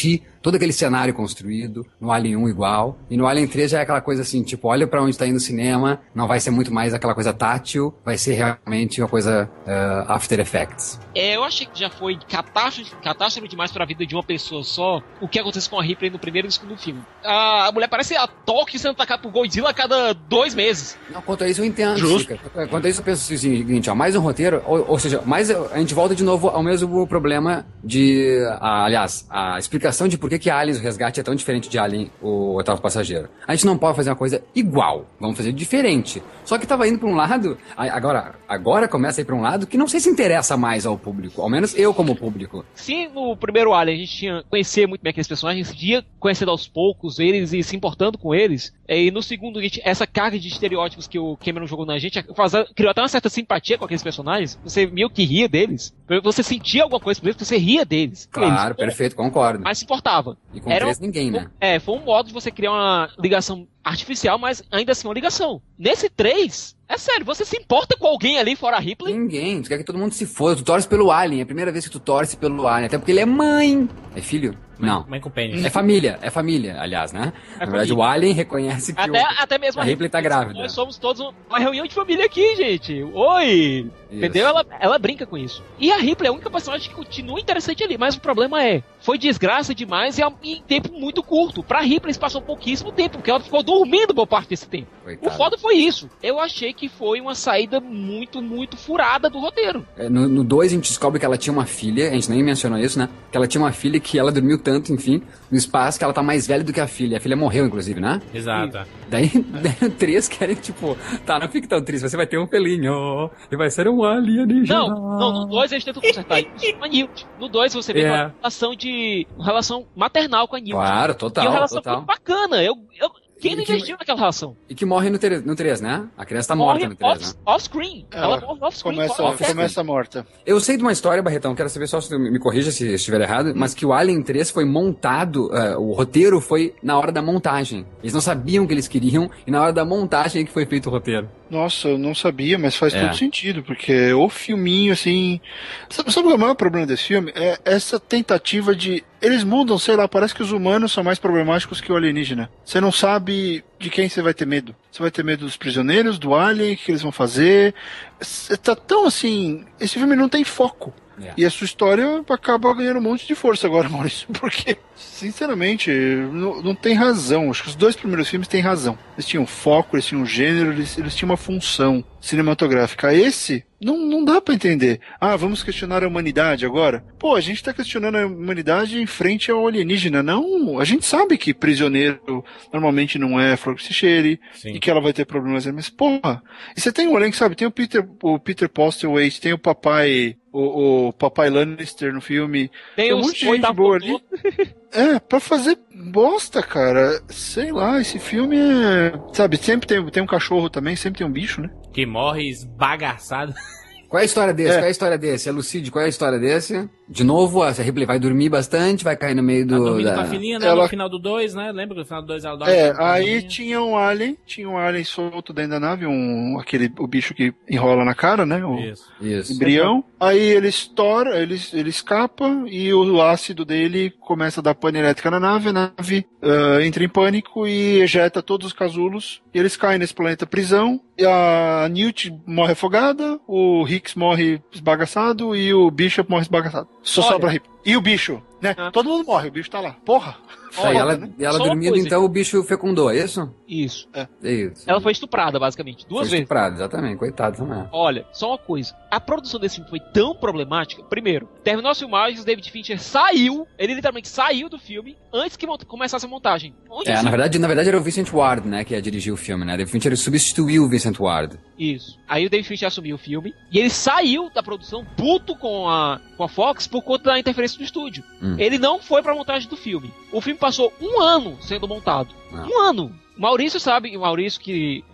todo aquele cenário construído, no Alien um igual, e no Alien três já é aquela coisa assim, tipo, olha pra onde tá indo o cinema, não vai ser muito mais aquela coisa tátil, vai ser realmente uma coisa uh, After Effects. É, eu achei que já foi catástrofe, catástrofe demais pra vida de uma pessoa só, o que acontece com a Ripley no primeiro e no segundo filme. A, a mulher parece a Tóquio sendo atacada por Godzilla a cada dois meses. Não, quanto a isso eu entendo, Chica. Quanto a isso eu penso o seguinte, ó, mais um roteiro, ou, ou seja, mais a gente volta de novo ao mesmo problema de, a, aliás, a explicação de por que que Aliens, o Resgate é tão diferente de Alien, o Oitavo Passageiro. A gente não pode fazer uma coisa igual, vamos fazer diferente. Só que tava indo pra um lado, agora, agora começa a ir pra um lado que não sei se interessa mais ao público, ao menos eu como público. Sim, no primeiro Alien a gente tinha conhecer muito bem aqueles personagens, a gente ia conhecendo aos poucos eles e se importando com eles, e no segundo a gente, essa carga de estereótipos que o Cameron jogou na gente faz, criou até uma certa simpatia com aqueles personagens, você meio que ria deles, você sentia alguma coisa por eles, você ria deles. Claro, eles, perfeito, concordo. Mas se importava. E com Era três ninguém, né? É, foi um modo de você criar uma ligação artificial, mas ainda assim uma ligação. Nesse três, é sério, você se importa com alguém ali fora a Ripley? Ninguém, tu quer que todo mundo se foda, tu torce pelo Alien, é a primeira vez que tu torce pelo Alien, até porque ele é mãe. É filho? Mãe, não. Mãe com pênis. É família, é família, aliás, né? É Na verdade, família. o Alien reconhece que Até, o, até mesmo a Ripley tá grávida. Nós somos todos uma reunião de família aqui, gente. Oi! Isso. Entendeu? Ela, ela brinca com isso. E a Ripley é a única personagem que continua interessante ali, mas o problema é, foi desgraça demais e em tempo muito curto. Pra Ripley passou pouquíssimo tempo, porque ela ficou dormindo boa parte desse tempo. Coitado. O foda foi isso. Eu achei que foi uma saída muito, muito furada do roteiro. É, no dois a gente descobre que ela tinha uma filha, a gente nem mencionou isso, né? Que ela tinha uma filha que ela dormiu tanto, enfim, no espaço, que ela tá mais velha do que a filha. A filha morreu, inclusive, né? Exato. Daí, daí no três querem, tipo, tá, não fique tão triste, você vai ter um pelinho, e vai ser um alienígena. Não, não, no dois eles tentam consertar isso com a Newt. No dois você vê É. uma relação de. uma relação maternal com a Newt. Claro, total, E uma relação total. muito bacana. Eu, eu, quem não E que- investiu naquela relação? E que morre no três, no três, né? A criança tá Morre morta no três, off- né? Off-screen. Ela, Ela morre off-screen. Começa, off-screen. começa morta. Eu sei de uma história, Barretão, quero saber só se tu me corrija se estiver errado, mas que o Alien três foi montado, eh, o roteiro foi na hora da montagem. Eles não sabiam o que eles queriam, e na hora da montagem é que foi feito o roteiro. Nossa, eu não sabia, mas faz É. todo sentido, porque o filminho, assim... Sabe, sabe o maior problema desse filme? É essa tentativa de... Eles mudam, sei lá, parece que os humanos são mais problemáticos que o alienígena. Você não sabe de quem você vai ter medo. Você vai ter medo dos prisioneiros, do alien, o que eles vão fazer. Você tá tão assim... Esse filme não tem foco. É. E a sua história acaba ganhando um monte de força agora, Maurício, porque, sinceramente, não, não tem razão. Acho que os dois primeiros filmes têm razão. Eles tinham foco, eles tinham gênero, eles, eles tinham uma função cinematográfica. Esse, não, não dá pra entender. Ah, vamos questionar a humanidade agora? Pô, a gente tá questionando a humanidade em frente ao alienígena. Não, a gente sabe que prisioneiro normalmente não é flor que se cheire, Sim. e que ela vai ter problemas. Mas, porra, e você tem um elenco, sabe? Tem o Peter, o Peter Postlethwaite, tem o papai... O, o Papai Lannister no filme. Tem um os monte de gente oitavo boa doutor. ali. É, pra fazer bosta, cara. Sei lá, esse filme é... Sabe, sempre tem, tem um cachorro também, sempre tem um bicho, né? Que morre esbagaçado. Qual é a história desse? É. Qual é a história desse? Elucide, qual é a história desse? De novo, a Ripley vai dormir bastante, vai cair no meio Tá do... dormindo da- com a filhinha, né? Ela- No final do dois, né? Lembra que no final do dois ela dorme É, com a aí filhinha? tinha um alien, tinha um alien solto dentro da nave, um, aquele, o bicho que enrola na cara, né? O Isso. Isso. embrião. Aí ele estoura, ele, ele escapa e o ácido dele começa a dar pane elétrica na nave, a nave ah, entra em pânico e ejeta todos os casulos e eles caem nesse planeta prisão. E a Newt morre afogada, o Hicks morre esbagaçado e o Bishop morre esbagaçado. Só Olha. sobra a Ripley. E o bicho, né? Ah. Todo mundo morre, o bicho tá lá. Porra! Aí Foda, ela, né? e ela Só uma dormindo, coisa. então o bicho fecundou, é isso? Isso. É isso. Ela foi estuprada, basicamente. Duas Foi vezes. estuprado, exatamente, coitado também. Olha, só uma coisa. A produção desse filme foi tão problemática. Primeiro, terminou as filmagens, David Fincher saiu. Ele literalmente saiu do filme antes que mont- começasse a montagem. Onde É, esse- na verdade, na verdade era o Vincent Ward, né, que ia dirigir o filme, né? David Fincher substituiu o Vincent Ward. Isso. Aí o David Fincher assumiu o filme. E ele saiu da produção puto com a, com a Fox por conta da interferência do estúdio. Hum. Ele não foi pra montagem do filme. O filme passou um ano sendo montado. Ah. Um ano. Maurício sabe, o Maurício que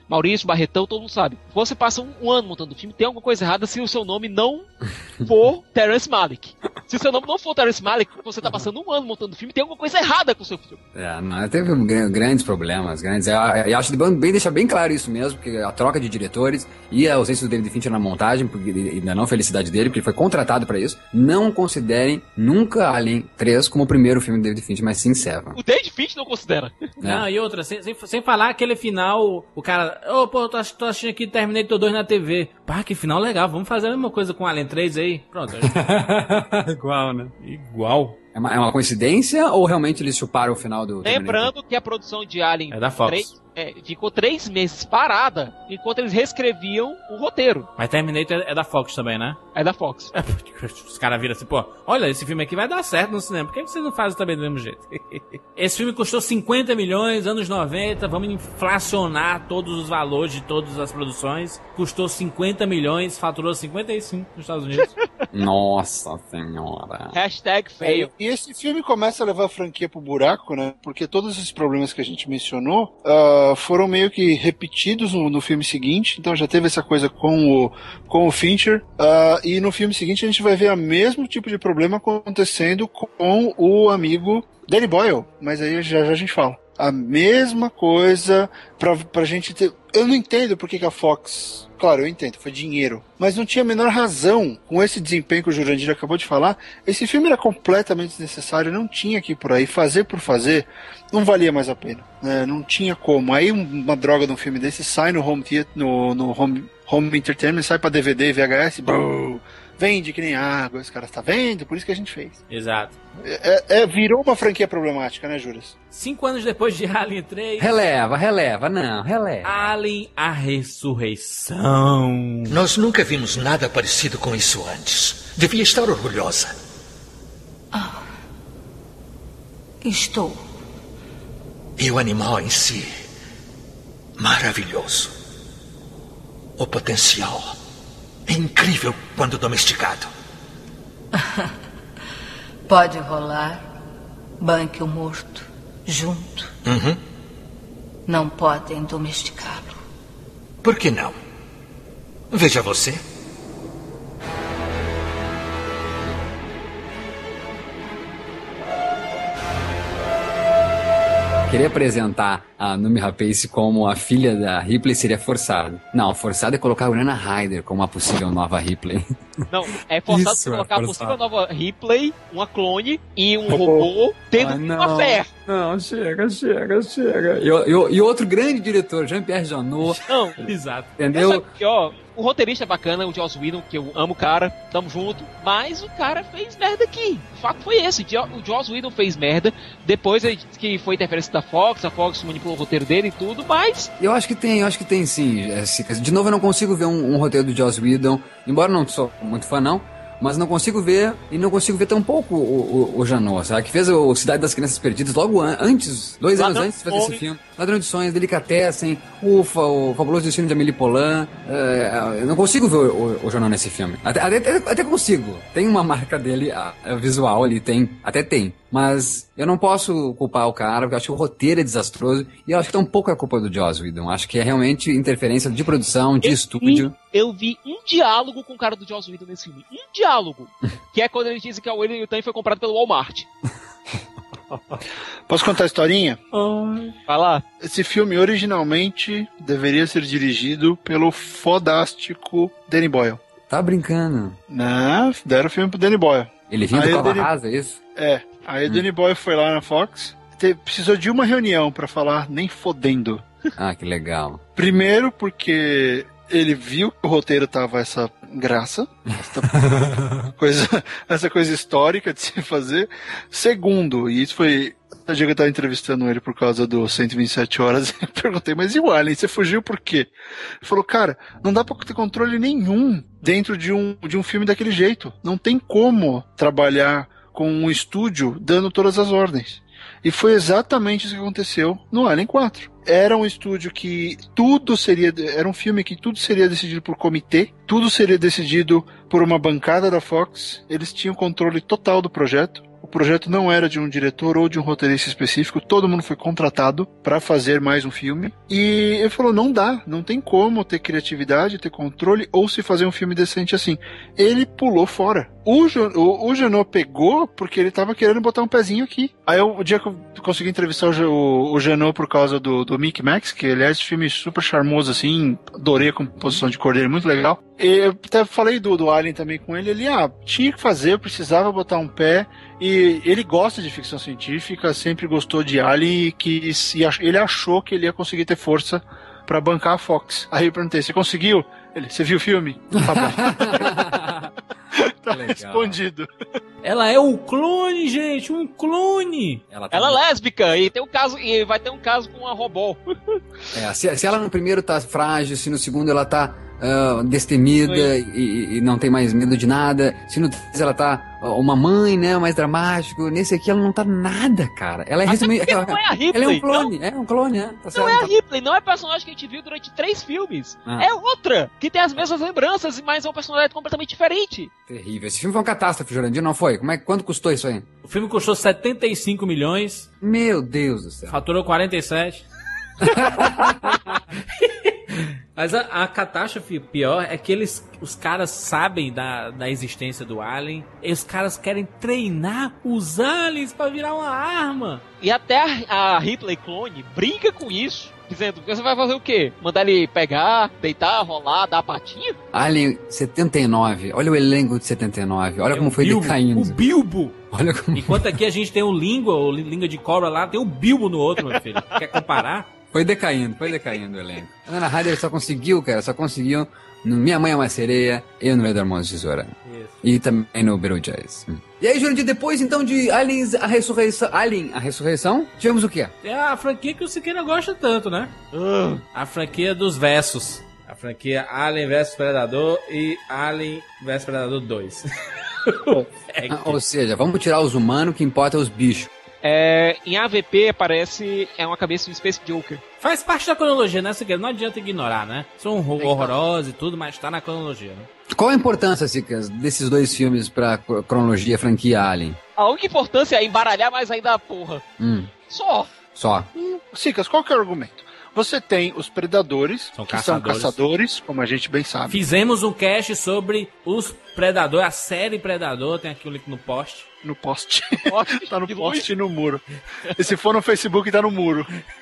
Maurício, Barretão, todo mundo sabe. Você passa um, um ano montando o filme, tem alguma coisa errada se o seu nome não for Terrence Malick. Se o seu nome não for Terrence Malick, você tá passando um ano montando o filme, tem alguma coisa errada com o seu filme. É, não, teve grandes problemas, grandes. Eu, eu acho que bem deixar bem claro isso mesmo, porque a troca de diretores e a ausência do David Fincher na montagem, porque, e na não felicidade dele, porque ele foi contratado pra isso, não considerem nunca Alien três como o primeiro filme do David Fincher, mas sim Seven. O David Fincher não considera. É. Não, e outra, sem, sem, sem falar aquele final, o cara, ô, oh, pô, tô, tô assistindo aqui Terminator dois na T V. Pá, que final legal, vamos fazer a mesma coisa com Alien três aí. Pronto. Igual, né? Igual. É uma, é uma coincidência ou realmente eles chuparam o final do... Lembrando que a produção de Alien é da Fox. três, é, ficou três meses parada enquanto eles reescreviam o roteiro. Mas Terminator é da Fox também, né? É da Fox. É, os caras viram assim, pô, olha, esse filme aqui vai dar certo no cinema, por que vocês não fazem também do mesmo jeito? Esse filme custou cinquenta milhões, anos noventa, vamos inflacionar todos os valores de todas as produções. Custou cinquenta milhões, faturou cinquenta e cinco nos Estados Unidos. Nossa senhora. Hashtag fail. E esse filme começa a levar a franquia pro buraco, né? Porque todos esses problemas que a gente mencionou uh, foram meio que repetidos no, no filme seguinte. Então já teve essa coisa com o, com o Fincher. Uh, e no filme seguinte a gente vai ver o mesmo tipo de problema acontecendo com o amigo Danny Boyle. Mas aí já, já a gente fala. A mesma coisa pra, pra gente ter... Eu não entendo por que, que a Fox... Claro, eu entendo, foi dinheiro. Mas não tinha a menor razão, com esse desempenho que o Jurandir acabou de falar, esse filme era completamente desnecessário, não tinha que ir por aí, fazer por fazer, não valia mais a pena. Né? Não tinha como. Aí uma droga de um filme desse sai no home theater, no, no home, home entertainment, sai pra D V D, V H S, brrr, vende que nem água, os caras tá vendo, por isso que a gente fez. Exato. É, é, virou uma franquia problemática, né, Juras? Cinco anos depois de Alien três... Releva, releva, não, releva. Alien, a ressurreição. Nós nunca vimos nada parecido com isso antes. Devia estar orgulhosa. Ah, estou. E o animal em si, maravilhoso. O potencial é incrível quando domesticado. Pode rolar, banque o morto, junto. Uhum. Não podem domesticá-lo. Por que não? Veja você. Queria apresentar a Noomi Rapace como a filha da Ripley seria forçado. Não, forçado é colocar a Winona Ryder como a possível nova Ripley. Não, é forçado Isso, colocar é a forçado. possível nova Ripley, uma clone e um robô tendo Ah, não. uma fé. Não, chega, chega, chega. E, e, e outro grande diretor, Jean-Pierre Jeunet. Não, exato. Entendeu? Sabe que, ó, o roteirista é bacana, o Joss Whedon, que eu amo o cara, tamo junto, mas o cara fez merda aqui. O fato foi esse, o Joss Whedon fez merda, depois ele disse que foi interferência da Fox, a Fox manipulou o roteiro dele e tudo, mas... Eu acho que tem, eu acho que tem sim. De novo, eu não consigo ver um, um roteiro do Joss Whedon, embora não sou muito fã não, mas não consigo ver, e não consigo ver tão pouco o, o, o Jeunet, sabe? Que fez o Cidade das Crianças Perdidas logo an antes, dois anos antes de fazer esse filme. Ladrão de Sonhos, Delicatessen, Ufa, o Fabuloso Destino de Amélie Poulain. É, eu não consigo ver o, o, o Jeunet nesse filme. Até, até, até consigo. Tem uma marca dele, a, a visual ali, tem, até tem. Mas eu não posso culpar o cara, porque eu acho que o roteiro é desastroso, e eu acho que tá um pouco a culpa do Joss Whedon. Acho que é realmente interferência de produção, de eu estúdio. Vi, eu vi um diálogo com o cara do Joss Whedon nesse filme. Um diálogo. Que é quando ele diz que o William Yutani foi comprado pelo Walmart. Posso contar a historinha? Vai lá. Esse filme originalmente deveria ser dirigido pelo fodástico Danny Boyle. Tá brincando? Não, deram o filme pro Danny Boyle. Ele vinha do Cova Rasa, é isso? É. Aí o hum. Danny Boyle foi lá na Fox, te, precisou de uma reunião pra falar nem fodendo. Ah, que legal. Primeiro porque ele viu que o roteiro tava essa graça, essa coisa, essa coisa histórica de se fazer. Segundo, e isso foi... A dia que eu tava entrevistando ele por causa do cento e vinte e sete horas, eu perguntei, mas e o Alien, você fugiu por quê? Ele falou, cara, não dá pra ter controle nenhum dentro de um, de um filme daquele jeito. Não tem como trabalhar com um estúdio dando todas as ordens. E foi exatamente isso que aconteceu no Alien quatro. Era um estúdio que tudo seria... Era um filme que tudo seria decidido por comitê, tudo seria decidido por uma bancada da Fox. Eles tinham controle total do projeto. o projeto não era de um diretor ou de um roteirista específico, todo mundo foi contratado para fazer mais um filme, e ele falou, não dá, não tem como ter criatividade, ter controle, ou se fazer um filme decente assim. Ele pulou fora. O, o, o Janot pegou porque ele tava querendo botar um pezinho aqui. Aí eu, o dia que eu consegui entrevistar o, o, o Janot por causa do, do Mickey Max, que aliás, filme super charmoso assim, adorei a composição de cor dele, muito legal. E eu até falei do, do Alien também com ele, ele, ah, tinha que fazer, eu precisava botar um pé, e ele gosta de ficção científica, sempre gostou de Alien, e que se, ele achou que ele ia conseguir ter força pra bancar a Fox. Aí eu perguntei, você conseguiu? Ele, você viu o filme? Tá bom. Tá respondido. Ela é um clone, gente, um clone. Ela, tá ela é lésbica e tem um caso e vai ter um caso com uma robô. É, se, se ela no primeiro tá frágil, se no segundo ela tá uh, destemida e, e não tem mais medo de nada, se no terceiro ela tá uh, uma mãe, né, mais dramático, nesse aqui ela não tá nada, cara. Ela é resumindo, ela, não é a Ripley, ela é um clone, não, é um clone, é. Tá não certo, é a tá... Ripley, não é a personagem que a gente viu durante três filmes. Ah. É outra, que tem as mesmas lembranças, mas é uma personalidade completamente diferente. Terrível. Esse filme foi uma catástrofe, Jurandir, não foi? Como é, quanto custou isso aí? O filme custou setenta e cinco milhões. Meu Deus do céu. Faturou quarenta e sete. Mas a, a catástrofe pior é que eles, os caras sabem da, da existência do Alien, e os caras querem treinar os aliens pra virar uma arma. E até a, a Ripley clone brinca com isso, dizendo, você vai fazer o quê? Mandar ele pegar, deitar, rolar, dar a patinha? Alien setenta e nove, olha o elenco de setenta e nove, olha é como foi Bilbo, decaindo. O Bilbo! Olha como... Enquanto aqui a gente tem o Língua, o Língua de Cobra lá, tem o Bilbo no outro, meu filho. Quer comparar? Foi decaindo, foi decaindo o elenco. A Ana Ryder só conseguiu, cara, só conseguiu no Minha Mãe é uma Sereia e no Edward Mãos de Tesoura. Isso. E também no Beetlejuice. E aí, Jurandir, depois então de Aliens, a Ressurreição, Alien, a Ressurreição, tivemos o quê? É a franquia que o Siqueira gosta tanto, né? Uh. A franquia dos versos. A franquia Alien versus Predador e Alien versus Predador dois. é que... ah, ou seja, vamos tirar os humanos, que importa é os bichos. É, em A V P aparece é uma cabeça do Space Joker. Faz parte da cronologia, né, Siqueira? Não adianta ignorar, né? São horrorosos e tudo, mas tá na cronologia, né? Qual a importância, Sicas, desses dois filmes pra cronologia franquia Alien? A única importância é embaralhar mais ainda a porra. Hum. Só. Só. Hum, Sicas, qual que é o argumento? Você tem os predadores, são que caçadores. são caçadores, como a gente bem sabe. Fizemos um cast sobre os predadores, a série Predador, tem aqui o link no post. No post. Tá no post e no muro. E se for no Facebook, tá no muro.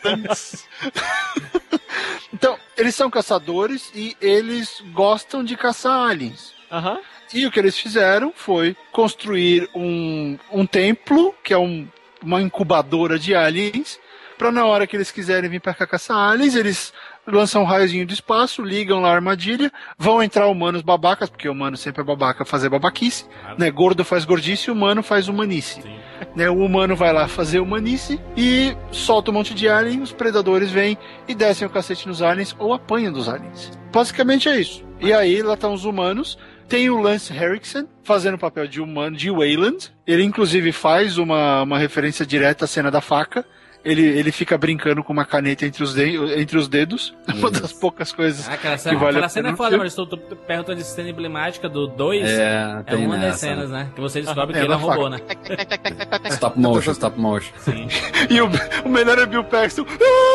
Então, eles são caçadores e eles gostam de caçar aliens. Aham. Uhum. E o que eles fizeram foi construir um, um templo, que é um, uma incubadora de aliens, pra na hora que eles quiserem vir pra cá caçar aliens, eles lançam um raiozinho do espaço, ligam lá a armadilha, vão entrar humanos babacas, porque o humano sempre é babaca fazer babaquice, claro. Né? Gordo faz gordice e o humano faz humanice. Né? O humano vai lá fazer humanice e solta um monte de alien, os predadores vêm e descem o cacete nos aliens ou apanham dos aliens. Basicamente é isso. E aí lá estão os humanos. Tem o Lance Henriksen fazendo o papel de humano de Weyland. Ele inclusive faz uma, uma referência direta à cena da faca. Ele, ele fica brincando com uma caneta entre os, de, entre os dedos. É uma das poucas coisas ah, aquela cena, que vale aquela a pena. Aquela cena é foda, mas estou perguntando de cena emblemática do dois. É, é uma nessa, das cenas, né? Que você descobre é, que ele é um robô, né? Stop motion, stop motion. Sim. E o, o melhor é Bill Paxton.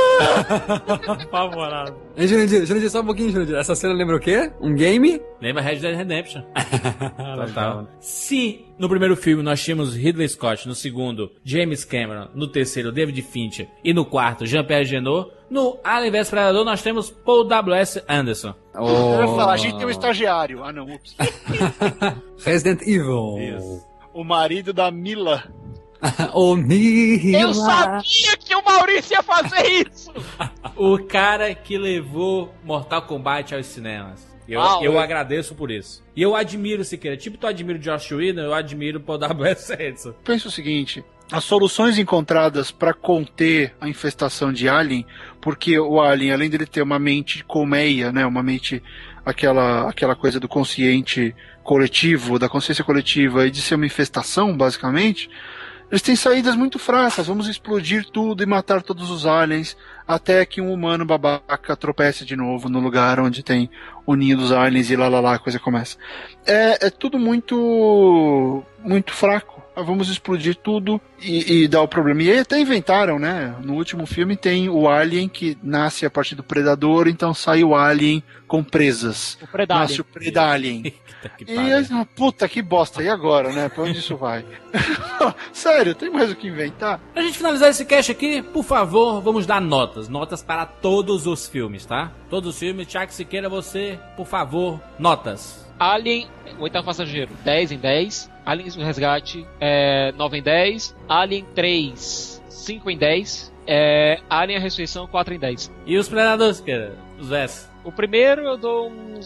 Apavorado. Ei, Jurandir, Jurandir, só um pouquinho, Jurandir. Essa cena lembra o quê? Um game? Lembra Red Dead Redemption. Total. Se no primeiro filme nós tínhamos Ridley Scott, no segundo James Cameron, no terceiro David Fincher e no quarto Jean-Pierre Jeunet, no Alien versus Predador nós temos Paul W S Anderson. Oh. Eu ia falar, a gente tem um estagiário. Ah não, ups. Resident Evil. Isso. O marido da Mila. Oh, Mila. Eu sabia que o Maurício ia fazer isso. O cara que levou Mortal Kombat aos cinemas. Eu, ah, eu agradeço por isso. E eu admiro, Siqueira. Tipo, tu admira o Josh Whedon, eu admiro o Paul W S Anderson. Pensa o seguinte, as soluções encontradas para conter a infestação de Alien, porque o Alien, além dele ter uma mente colmeia, né, uma mente, aquela, aquela coisa do consciente coletivo, da consciência coletiva, e de ser uma infestação, basicamente, eles têm saídas muito fracas. Vamos explodir tudo e matar todos os aliens. até que um humano babaca tropece de novo no lugar onde tem o ninho dos aliens e lá lá lá a coisa começa. É, é tudo muito muito fraco. Vamos explodir tudo e, e dar o problema. E aí até inventaram, né? No último filme tem o alien que nasce a partir do predador, então sai o alien com presas. O Predalien. Nasce o Predalien. E aí, puta, que bosta. E agora, né? Pra onde isso vai? Sério, tem mais o que inventar? Pra gente finalizar esse cast aqui, por favor, vamos dar notas. Notas para todos os filmes, tá? Todos os filmes. Thiago Siqueira, você, por favor, notas. Alien, o oitavo passageiro, dez em dez. Aliens o Resgate, é, nove em dez. Alien três, cinco em dez. É, Alien a Ressurreição, quatro em dez. E os Predadores, cara? Os S? O primeiro eu dou uns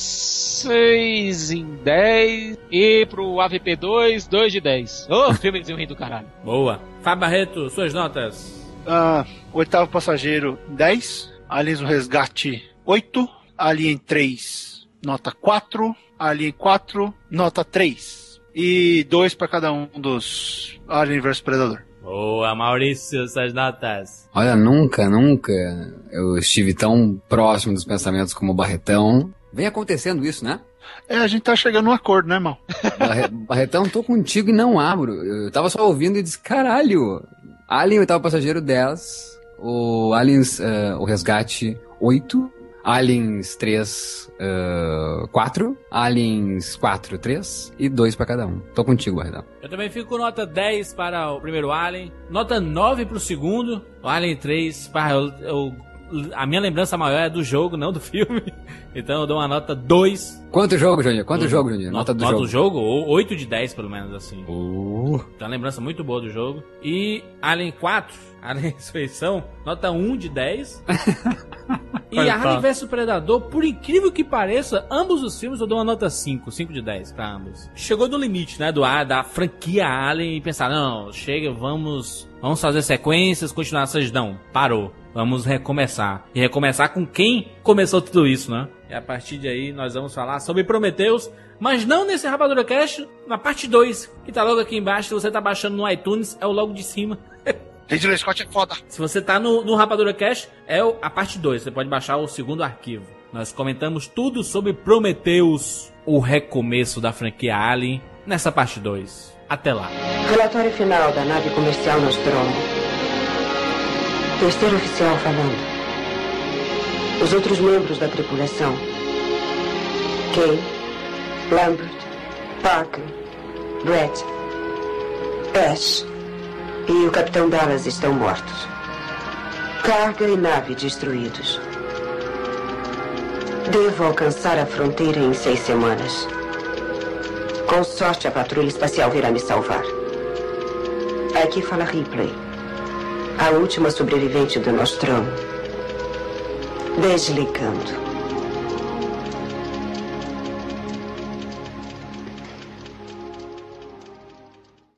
seis em dez. E pro A V P dois, dois de dez. Ô, oh, filmezinho rindo do caralho. Boa. Fábio Barreto, suas notas. Ah, Oitavo Passageiro, dez. Aliens o Resgate, oito. Alien três, nota quatro. Alien quatro, nota três. E dois para cada um dos Alien versus Predador. Boa, Maurício, suas notas. Olha, nunca, nunca eu estive tão próximo dos pensamentos como o Barretão. Vem acontecendo isso, né? É, a gente tá chegando num acordo, né, irmão? Barre... Barretão, tô contigo e não abro. Eu tava só ouvindo e disse, caralho. Alien, Oitavo Passageiro, dez. O Aliens, uh, o Resgate, oito. Aliens três, uh, quatro. Aliens quatro, três. E dois pra cada um. Tô contigo, Barretão. Eu também fico com nota dez para o primeiro Alien. Nota nove pro segundo. O Alien três, para eu, eu, a minha lembrança maior é do jogo, não do filme. Então eu dou uma nota dois. Quanto jogo, Juninho? Quanto do, jogo, Juninho? Nota do nota jogo. do jogo? oito de dez, pelo menos, assim. Uh. Então uma lembrança muito boa do jogo. E Alien quatro, Alien Ressurreição, nota um de dez. E Alien versus Predador, por incrível que pareça, ambos os filmes eu dou uma nota cinco, cinco de dez pra ambos. Chegou no limite, né, do, da franquia Alien e pensar, não, chega, vamos, vamos fazer sequências, continuações, não, parou. Vamos recomeçar. E recomeçar com quem começou tudo isso, né? E a partir de aí nós vamos falar sobre Prometheus, mas não nesse Rapadura Cast, na parte dois, que tá logo aqui embaixo. Se você tá baixando no iTunes, é o logo de cima. Ridley Scott é foda. Se você tá no, no Rapadura Cast, é o, a parte dois. Você pode baixar o segundo arquivo. Nós comentamos tudo sobre Prometheus, o recomeço da franquia Alien, nessa parte dois. Até lá. Relatório final da nave comercial Nostromo. Terceiro oficial falando. Os outros membros da tripulação. Kay, Lambert, Parker, Brett, Ash e o Capitão Dallas estão mortos. Carga e nave destruídos. Devo alcançar a fronteira em seis semanas. Com sorte, a patrulha espacial virá me salvar. Aqui fala Ripley, a última sobrevivente do Nostromo. Desligando.